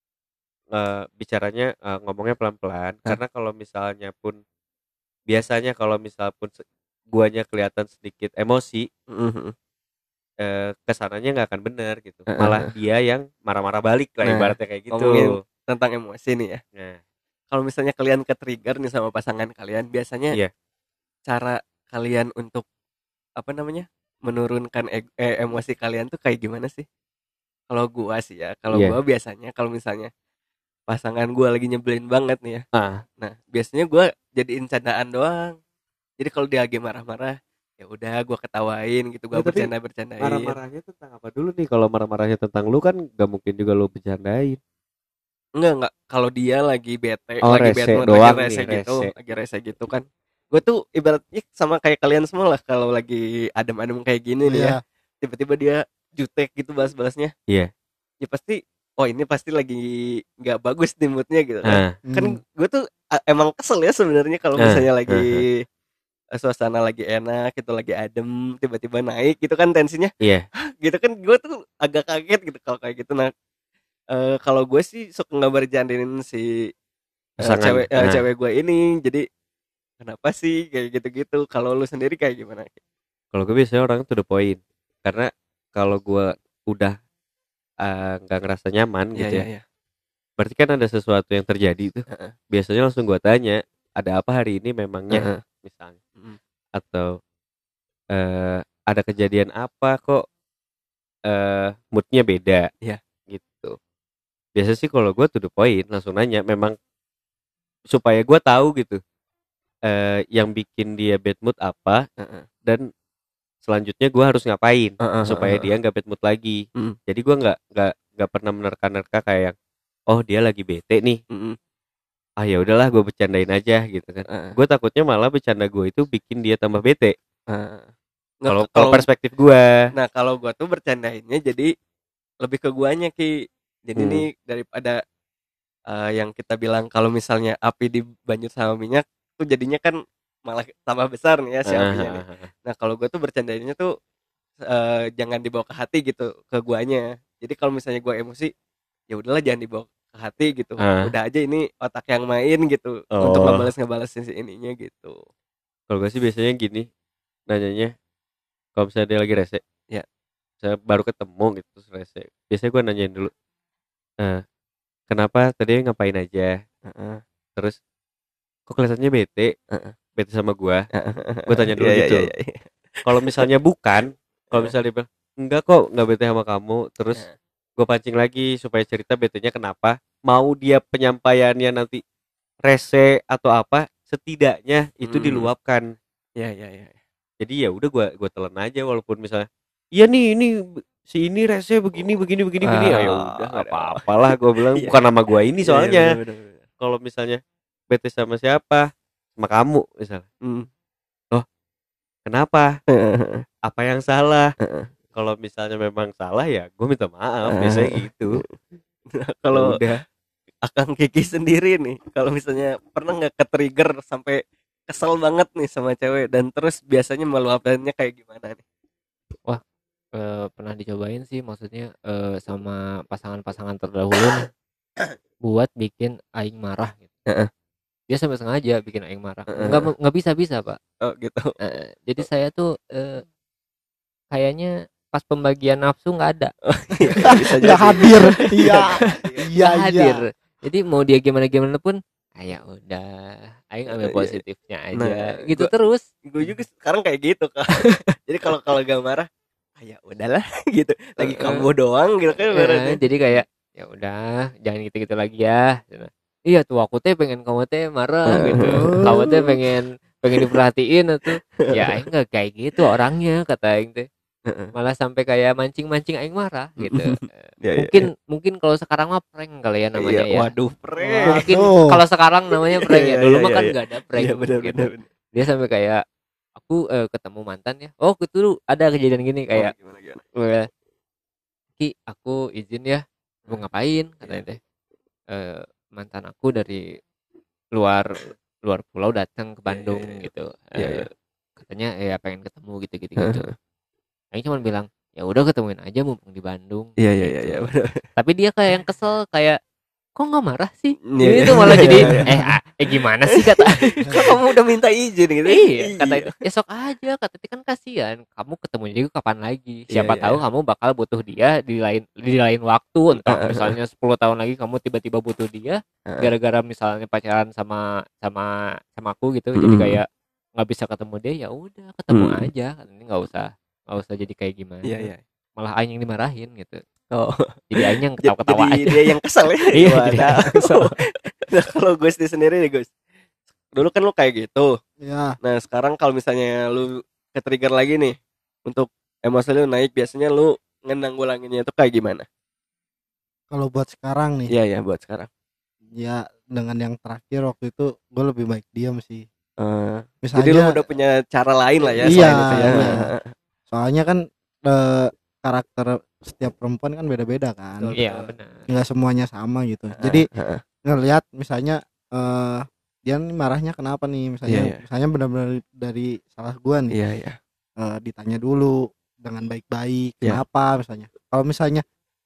eh, bicaranya eh, ngomongnya pelan-pelan. Hah? Karena kalau misalnya pun biasanya kalau misal pun se- guanya kelihatan sedikit emosi, Mhm. eh, kesananya nggak akan benar gitu. Heeh. Malah dia yang marah-marah balik lah, Nah, ibaratnya kayak gitu. ngomongin tentang emosi nih ya. Nah, Kalau misalnya kalian ke trigger nih sama pasangan kalian, biasanya Iya. cara kalian untuk apa namanya menurunkan eg- eh, emosi kalian tuh kayak gimana sih? Kalau gua sih ya, kalau Iya. gua biasanya kalau misalnya pasangan gua lagi nyebelin banget nih ya, ah, nah biasanya gua jadiin candaan doang. Jadi kalau dia lagi marah-marah, ya udah gua ketawain gitu, gua Ya, tapi bercanda-bercandain. marah-marahnya tentang apa dulu nih? Kalau marah-marahnya tentang lu kan gak mungkin juga lu bercandain. Enggak, enggak. Kalau dia lagi bete, Oh, lagi rese bad mood, doang lagi rese nih, gitu, rese. lagi rese gitu kan. Gue tuh ibaratnya sama kayak kalian semua lah, kalau lagi adem-adem kayak gini nih ya, Iya. tiba-tiba dia jutek gitu balas-balasnya. Iya. Ya pasti, oh ini pasti lagi nggak bagus nih moodnya gitu kan. Nah, Kan Hmm. gue tuh a- emang kesel ya sebenarnya kalau Ah, misalnya lagi eh, suasana lagi enak, gitu lagi adem, tiba-tiba naik gitu kan tensinya. iya. Gitu kan gue tuh agak kaget gitu kalau kayak gitu. Nah, eh, kalau gue sih suka nggak bercandain si eh, Pasangan. cewek eh, Nah. cewek gue ini. Jadi kenapa sih kayak gitu-gitu? Kalau lu sendiri kayak gimana? Kalau gue biasanya orang to the point. Karena kalau gue udah eh, nggak ngerasa nyaman gitu ya, iya. berarti kan ada sesuatu yang terjadi tuh. Heeh. Biasanya langsung gue tanya, ada apa hari ini memangnya, Heeh. misalnya, Mm. atau eh, ada kejadian apa kok eh, moodnya beda, Iya. gitu. Biasa sih kalau gue to the point langsung nanya, memang supaya gue tahu gitu eh, yang bikin dia bad mood apa, Heeh. dan selanjutnya gue harus ngapain Heeh, supaya heeh. dia nggak bad mood lagi. Mm. Jadi gue nggak nggak nggak pernah menerka-nerka kayak yang, oh dia lagi bete nih, Mm-mm. ah ya udahlah gue bercandain aja gitu kan. Heeh. Gue takutnya malah bercanda gue itu bikin dia tambah bete. Heeh. Nggak, Kalau kalau perspektif gue. nah kalau gua tuh bercandainnya jadi lebih ke guanya Ki. Jadi Hmm. nih daripada eh, yang kita bilang kalau misalnya api dibanyut sama minyak tuh jadinya kan malah tambah besar nih ya si apinya nih. Nah kalau gua tuh bercandainnya tuh eh, jangan dibawa ke hati gitu ke guanya. Jadi kalau misalnya gua emosi ya udahlah jangan dibawa ke hati gitu. Ah. Udah aja ini otak yang main gitu untuk Oh. ngebales ngebalesin si ininya gitu. Kalau gue sih biasanya gini nanyanya, kalau misalnya dia lagi rese, Ya. saya baru ketemu gitu terus rese, biasanya gue nanyain dulu, eh kenapa tadi ngapain aja, Heeh. terus kok kelihatannya bete, Heeh. bete sama gue, gue tanya dulu Iya, iya, gitu. iya, iya. Kalau misalnya bukan, kalau misalnya dia bilang enggak kok nggak bete sama kamu, terus Nah. gue pancing lagi supaya cerita betenya kenapa, mau dia penyampaiannya nanti rese atau apa, setidaknya itu Hmm. diluapkan. Iya, iya, iya. Jadi ya udah gua gua telan aja walaupun misalnya iya nih ini b- si ini rese begini begini begini begini Ah, ya udah nggak ada. apa-apalah gua bilang Iya. bukan nama gua ini Iya, iya, soalnya. bener, bener, bener. Kalau misalnya bete sama siapa, sama kamu misalnya, Hmm. kenapa, apa yang salah, Heeh. kalau misalnya memang salah ya gua minta maaf biasanya gitu. Nah, kalau udah Akang Kiki sendiri nih, kalau misalnya pernah nggak ke-trigger sampai kesel banget nih sama cewek dan terus biasanya meluapkannya kayak gimana nih? Eh, pernah dicobain sih, maksudnya eh, sama pasangan-pasangan terdahulu nih, buat bikin aing marah gitu. Heeh. Dia sampai sengaja bikin aing marah. Heeh. Nggak nggak bisa bisa pak. Oh gitu. Eh, jadi saya tuh eh, kayaknya pas pembagian nafsu nggak ada, Bisa nggak hadir. Iya, iya, nggak iya. hadir. Jadi mau dia gimana gimana pun, ah, ya udah, aing ambil Iya, iya. positifnya aja, Nah, gitu gua- terus. Gue juga sekarang kayak gitu Kak. Jadi kalau kalau gak marah, ah, ya udahlah gitu. Lagi Heeh. kamu doang gitu kan Eh, ibaratnya. jadi kayak ya udah, jangan gitu-gitu lagi ya. Cina. Iya tuh aku teh pengen kamu teh marah gitu. Kamu teh pengen pengen diperhatiin tuh. Ya aing nggak kayak gitu orangnya, kata aing teh. Heeh. Malah sampai kayak mancing-mancing aing marah gitu. Eh, Ya, ya, mungkin mungkin kalau sekarang mah prank kali ya namanya Iya, ya. waduh, prank. Mungkin Waduh. kalau sekarang namanya prank ya. Iya, Dulu iya, mah iya, kan iya. nggak ada prank Iya benar gitu. benar. benar. Dia sampai kayak aku eh, ketemu mantan ya. Oh, itu ada kejadian gini kayak, Oh, gimana gimana? "Weh, Ki, aku izin ya, mau ngapain?" katanya Iya. teh. Eh, mantan aku dari luar luar pulau datang ke Bandung iya, iya. gitu. Iya, Eh, iya. katanya ya pengen ketemu gitu gitu gitu. Aing cuma bilang, ya udah ketemuin aja mumpung di Bandung. Iya iya iya gitu. iya benar. Tapi dia kayak yang kesel, kayak kok nggak marah sih? Iya, Ini iya. tuh malah jadi Iya, iya. eh, ah, eh gimana sih kata. Kok kamu udah minta izin gitu? Iya, kata itu esok aja, kata itu kan kasihan. Kamu ketemu juga kapan lagi? Iya, Siapa iya, tahu iya. kamu bakal butuh dia di lain di lain waktu. Entah Heeh, misalnya sepuluh tahun lagi kamu tiba-tiba butuh dia Heeh. gara-gara misalnya pacaran sama sama sama aku gitu. Jadi Mm. kayak nggak bisa ketemu dia, ya udah ketemu Mm. aja. Ini nggak usah nggak usah jadi kayak gimana. Iya iya. Malah aing yang dimarahin gitu. Oh. Jadi aing yang Jadi ketawa-ketawa aja. dia yang kesel ya. Iya, jadi Wadah. yang kesel. Nah, kalau gue sendiri nih Gus, dulu kan lu kayak gitu. Ya, Nah sekarang kalau misalnya lu ke trigger lagi nih untuk emosi lu naik, biasanya lu ngenanggulanginnya itu kayak gimana? kalau buat sekarang nih, Iya ya buat sekarang. ya dengan yang terakhir waktu itu gue lebih baik diam sih. Eh, Misalnya, jadi lu udah punya cara lain lah ya Iya, selain itu ya. iya. soalnya kan eh, karakter setiap perempuan kan beda-beda kan. Iya, benar. Nggak semuanya sama gitu. Jadi Heeh. ngelihat misalnya eh dia nih marahnya kenapa nih, misalnya Iya, iya. misalnya benar-benar dari salah gua nih. Iya iya. Eh, ditanya dulu dengan baik-baik Iya. kenapa misalnya. Kalau misalnya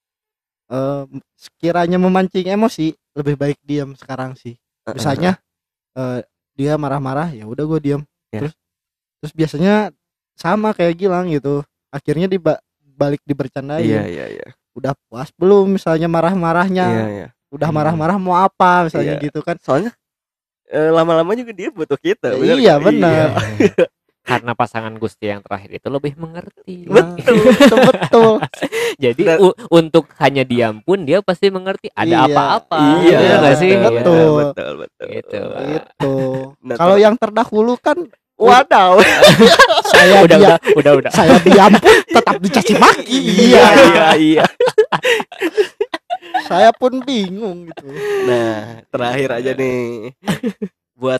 eh sekiranya memancing emosi, lebih baik diam sekarang sih. Misalnya eh, dia marah-marah, ya udah gue diam. Ya. Terus terus biasanya sama kayak Gilang gitu. Akhirnya dibalik dibercandain. Iya iya iya. Udah puas belum misalnya marah-marahnya? Iya iya. Udah Hmm. marah-marah mau apa misalnya Iya. gitu kan. Soalnya eh, lama-lama juga dia butuh kita. bener Iya, nggak? benar. Karena pasangan Gusti yang terakhir itu lebih mengerti. Betul, betul, betul. Jadi Dan- u- untuk hanya diam pun dia pasti mengerti ada Iya, apa-apa. Iya Bener nggak sih? betul. Iya. betul betul. Gitu, Pak. Gitu. Nah, Kalau terus- yang terdahulu kan Wadaw. Saya udah, dia, udah udah udah saya diam pun tetap dicaci maki. Iya iya iya. Saya pun bingung gitu. Nah, terakhir aja nih. Buat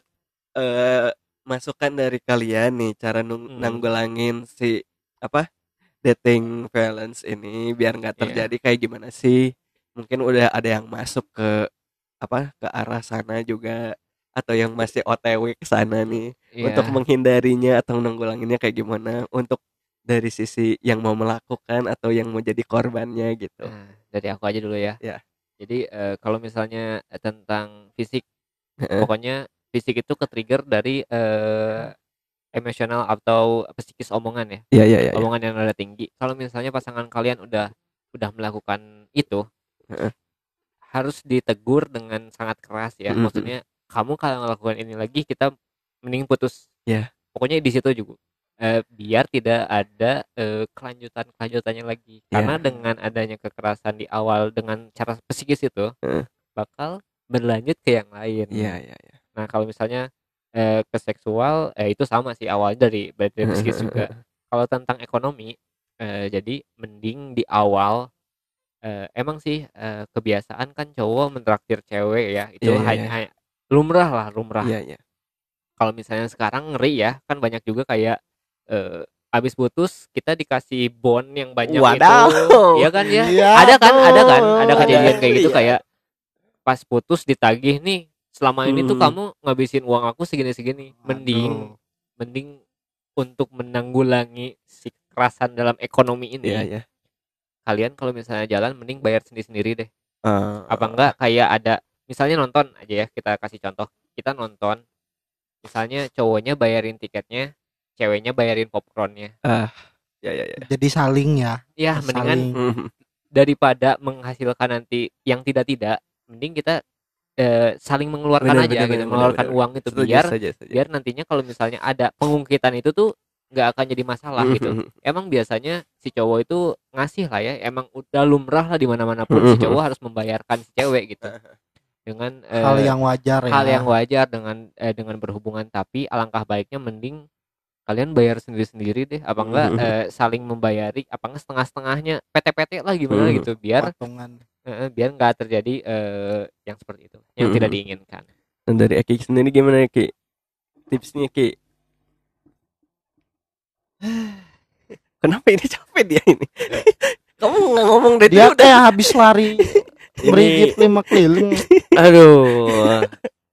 eh, masukan dari kalian nih cara nung- Hmm. nanggulangin si apa? Dating violence ini biar nggak Iya. terjadi kayak gimana sih? Mungkin udah ada yang masuk ke apa? Ke arah sana juga atau yang masih O T W ke sana nih. Iya. Untuk menghindarinya atau nanggulanginnya kayak gimana? Untuk dari sisi yang mau melakukan atau yang mau jadi korbannya gitu. Nah, dari aku aja dulu ya. Ya. Jadi eh, kalau misalnya eh, tentang fisik, Heeh. pokoknya fisik itu ke-trigger dari eh, emosional atau psikis omongan ya. Iya iya iya. iya. Omongan yang nada tinggi. Kalau misalnya pasangan kalian udah udah melakukan itu, Heeh. harus ditegur dengan sangat keras ya. Mm-mm. Maksudnya kamu kalau melakukan ini lagi kita mending putus. Ya. Pokoknya di situ juga. Eh, biar tidak ada eh, kelanjutan-kelanjutannya lagi. Karena Ya. dengan adanya kekerasan di awal dengan cara psikis itu Heeh. bakal berlanjut ke yang lain. Iya iya iya. Nah, kalau misalnya eh, ke seksual eh, itu sama sih awalnya dari dari psikis juga. Kalau tentang ekonomi eh, jadi mending di awal eh, emang sih eh, kebiasaan kan cowok mentraktir cewek ya. Itu Iya, iya, hanya iya. hanya- lumrah lah, lumrah. Iya iya. Kalau misalnya sekarang ngeri ya, kan banyak juga kayak eh, abis putus kita dikasih bond yang banyak Wadaw. itu. Iya kan ya? Iya, ada kan, ada kan, tuh. ada kejadian kayak gitu Iya. kayak pas putus ditagih nih. Selama ini tuh Hmm. kamu ngabisin uang aku segini-segini. Mending mending untuk menanggulangi si kekerasan dalam ekonomi ini. Iya iya. Kalian kalau misalnya jalan mending bayar sendiri-sendiri deh. Eh, Apa enggak kayak ada misalnya nonton aja ya, kita kasih contoh. Kita nonton misalnya cowoknya bayarin tiketnya, ceweknya bayarin popcornnya. Ya ya ya. Jadi saling ya. Ya mendingan Saling. Mhm. daripada menghasilkan nanti yang tidak-tidak, mending kita eh, saling mengeluarkan Bener, aja bener, gitu, bener, mengeluarkan bener, uang itu Setuju, biar setuju, setuju. biar nantinya kalau misalnya ada pengungkitan itu tuh nggak akan jadi masalah gitu. Mhm. Emang biasanya si cowok itu ngasih lah ya, emang udah lumrah lah di mana-mana pun si Mhm. cowok harus membayarkan si cewek gitu. Dengan eh, Hal yang wajar ya. hal yang wajar dengan eh, dengan berhubungan, tapi alangkah baiknya mending kalian bayar sendiri-sendiri deh, apa enggak Mhm. eh, saling membayari, apa enggak setengah-setengahnya P T P T lah gimana Mhm. gitu biar Patungan. eh, biar nggak terjadi eh, yang seperti itu yang Mhm. tidak diinginkan. Nah, dari Eki sendiri gimana Ki? Tipsnya Ki? Kenapa ini capek dia ini? Kamu nggak ngomong dari Dia udah. kayak habis lari berigit lima keliling. Aduh.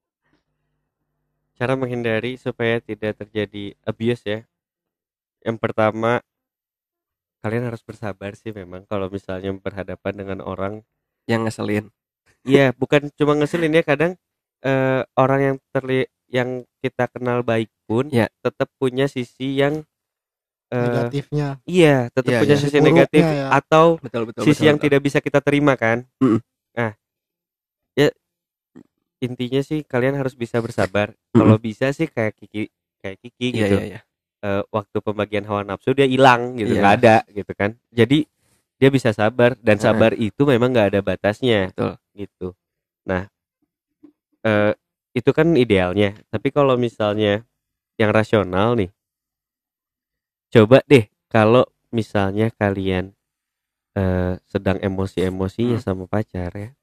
Cara menghindari supaya tidak terjadi abuse ya. Yang pertama, kalian harus bersabar sih memang kalau misalnya berhadapan dengan orang. Yang ngeselin. Iya, bukan cuma ngeselin ya, kadang eh, orang yang terli yang kita kenal baik pun Ya. tetap punya sisi yang eh, Negatifnya. iya, tetap Iya, punya iya. sisi Buruknya negatif ya. atau Betul betul. sisi betul, yang betul. tidak bisa kita terima kan. Mm-mm. Nah, ya intinya sih kalian harus bisa bersabar. Mm-mm. Kalau bisa sih kayak Kiki, kayak Kiki Iya gitu. iya iya. Eh, waktu pembagian hawa nafsu dia hilang gitu, Iya. nggak ada gitu kan. Jadi dia bisa sabar dan Heeh. sabar itu memang nggak ada batasnya Betul. gitu. Nah, eh, itu kan idealnya. Tapi kalau misalnya yang rasional nih, coba deh kalau misalnya kalian eh, sedang emosi-emosinya Hmm. sama pacar ya,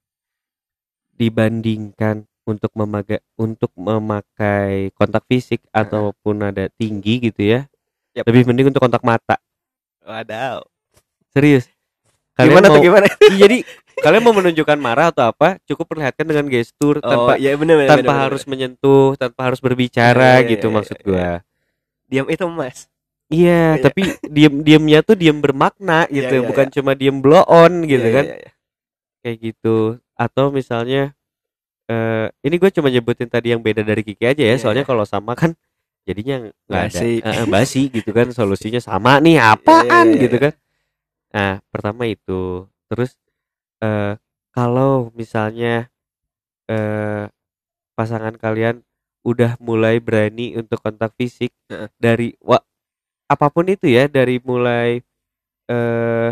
dibandingkan untuk memaga untuk memakai kontak fisik ataupun nada tinggi gitu ya, Yap. lebih mending untuk kontak mata. Wadaw. Serius. Gimana mau, tuh gimana? Iya, jadi kalian mau menunjukkan marah atau apa, cukup perlihatkan dengan gestur tanpa Oh iya benar benar. tanpa benar, harus benar. menyentuh, tanpa harus berbicara Iya, iya, gitu iya, maksud iya, gua. Diam itu Mas. Iya, Iya. tapi diem-diemnya tuh diem bermakna Iya, gitu, iya, bukan iya. cuma diem blow on gitu Iya, kan. iya, iya. Kayak gitu. Atau misalnya eh ini gue cuma nyebutin tadi yang beda dari Kiki aja ya, Iya, soalnya iya. kalau sama kan jadinya nggak ada Basi. Eh, eh, basi gitu kan, solusinya sama nih apaan Iya, iya, gitu iya. kan. Nah, pertama itu. Terus eh kalau misalnya eh pasangan kalian udah mulai berani untuk kontak fisik Heeh. dari wa, apapun itu ya, dari mulai eh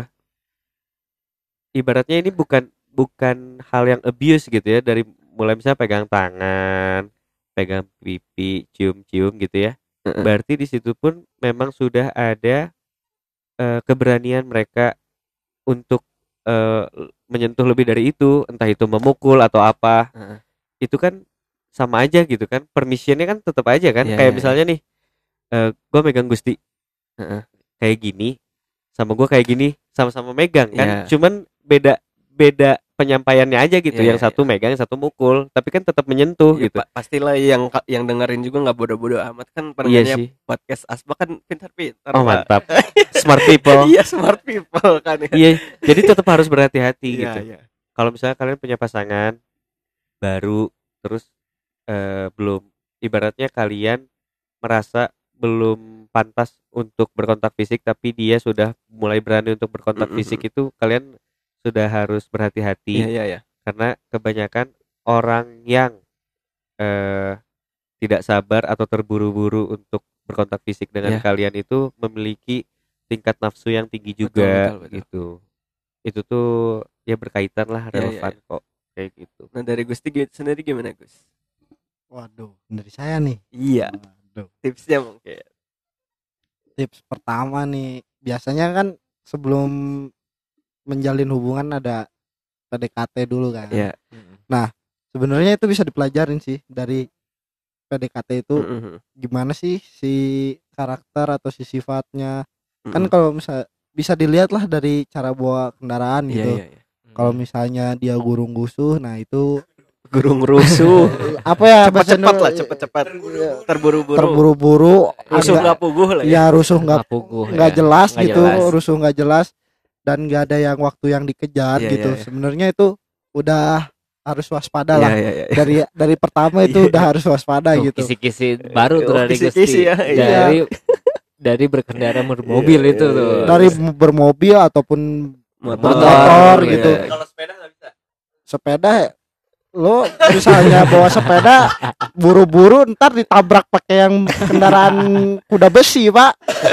ibaratnya ini bukan bukan hal yang abuse gitu ya, dari mulai misalnya pegang tangan, pegang pipi, cium-cium gitu ya. Heeh. berarti di situ pun memang sudah ada eh, keberanian mereka untuk eh, menyentuh lebih dari itu, entah itu memukul atau apa. Heeh. Itu kan sama aja gitu kan, permissionnya kan tetap aja kan. Iya, Kayak iya, misalnya nih, eh gue megang Gusti Heeh. kayak gini, sama gue kayak gini, sama-sama megang kan. Iya. Cuman beda beda penyampaiannya aja gitu. Iya, Yang iya, satu megang, yang satu mukul, tapi kan tetap menyentuh Ya, gitu. pa- pastilah yang yang dengerin juga nggak bodoh-bodoh amat kan, Iya pendengarnya sih. podcast Asbak kan pintar-pintar. Oh Pak. mantap, smart people. Iya, smart people kan ya. Iya, jadi tetap harus berhati-hati Iya, gitu. iya. Kalau misalnya kalian punya pasangan baru, terus eh, belum, ibaratnya kalian merasa belum pantas untuk berkontak fisik, tapi dia sudah mulai berani untuk berkontak Mm-mm. fisik, itu kalian sudah harus berhati-hati. Iya, iya, iya. Karena kebanyakan orang yang eh, tidak sabar atau terburu-buru untuk berkontak fisik dengan Iya. kalian itu memiliki tingkat nafsu yang tinggi Betul, juga betul, betul. gitu. Itu tuh ya berkaitan lah, Iya, iya, relevan iya. kok kayak gitu. Nah, dari Gusti gi- sendiri gimana, Gus? Waduh, dari saya nih. Iya, Waduh. tipsnya mungkin. Tips pertama nih, biasanya kan sebelum menjalin hubungan ada P D K T dulu kan. Iya. Sebenarnya itu bisa dipelajarin sih dari P D K T itu Mm-mm. gimana sih si karakter atau si sifatnya. Kan Mm-mm. kalau misal bisa dilihat lah dari cara bawa kendaraan Iya, gitu. iya, iya. Kalau misalnya dia gurung gusuh, nah itu Gurung rusuh. apa ya bahasa Cepat-cepat lah, Indo- cepat-cepat. Terburu-buru. terburu-buru, Rusuh agak- nggak puguh lah ya. ya rusuh nggak Nggak puguh, nggak ya. jelas Nggak gitu, jelas. rusuh nggak jelas dan nggak ada yang waktu yang dikejar Iya, gitu. iya, iya. Sebenarnya itu udah harus waspada Iya, lah. iya, iya. Dari dari pertama itu Iya. udah harus waspada Tuh, gitu. kisi-kisi baru tuh Oh, dari kisi-kisi Gusti. ya, iya. Dari dari berkendara bermobil Iya, itu iya, tuh. iya. Dari bermobil ataupun Motor, motor iya. gitu. Kalau sepeda nggak bisa. Sepeda lo misalnya bawa sepeda buru-buru ntar ditabrak pakai yang kendaraan kuda besi, Pak.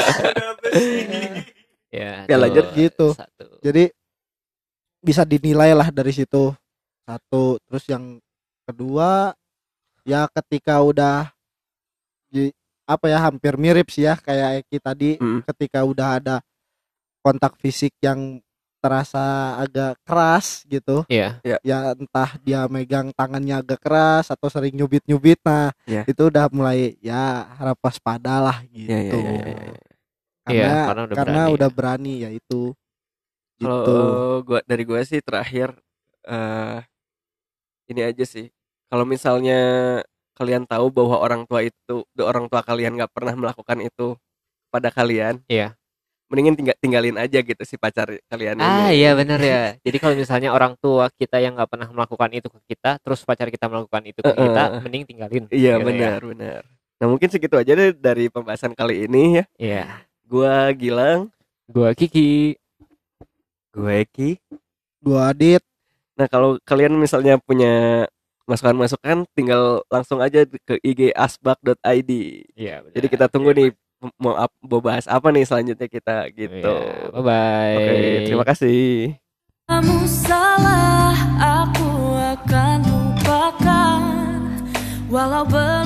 Ya, Ya, tuh, lanjut gitu. Satu. Jadi bisa dinilai lah dari situ. Satu, terus yang kedua ya ketika udah di, apa ya hampir mirip sih ya kayak Eki tadi, Mm. ketika udah ada kontak fisik yang terasa agak keras gitu, Iya. ya entah dia megang tangannya agak keras atau sering nyubit-nyubit, nah Iya. itu udah mulai ya harap waspada lah gitu. Iya, iya, iya, iya, iya. Karena Iya, karena udah karena berani udah ya. berani ya itu. Kalau Gitu. gua dari gua sih terakhir eh ini aja sih. Kalau misalnya kalian tahu bahwa orang tua itu orang tua kalian nggak pernah melakukan itu pada kalian, Iya. mendingin tinggal tinggalin aja gitu si pacar kalian Ah ini. iya benar ya. Jadi kalau misalnya orang tua kita yang nggak pernah melakukan itu ke kita, terus pacar kita melakukan itu ke Uh-uh. kita, mending tinggalin. Iya, Gitu ya. benar, benar. Nah, mungkin segitu aja deh dari pembahasan kali ini ya. Iya. Gua Gilang. Gua Kiki. Gue Eki. Gua Adit. Nah, kalau kalian misalnya punya masukan-masukan, tinggal langsung aja ke i g asbak dot i d. Iya. Jadi kita tunggu nih mau, ap- mau bahas apa nih selanjutnya kita gitu. Bye bye. Oke, terima kasih. Kamu salah, aku akan lupakan walau ber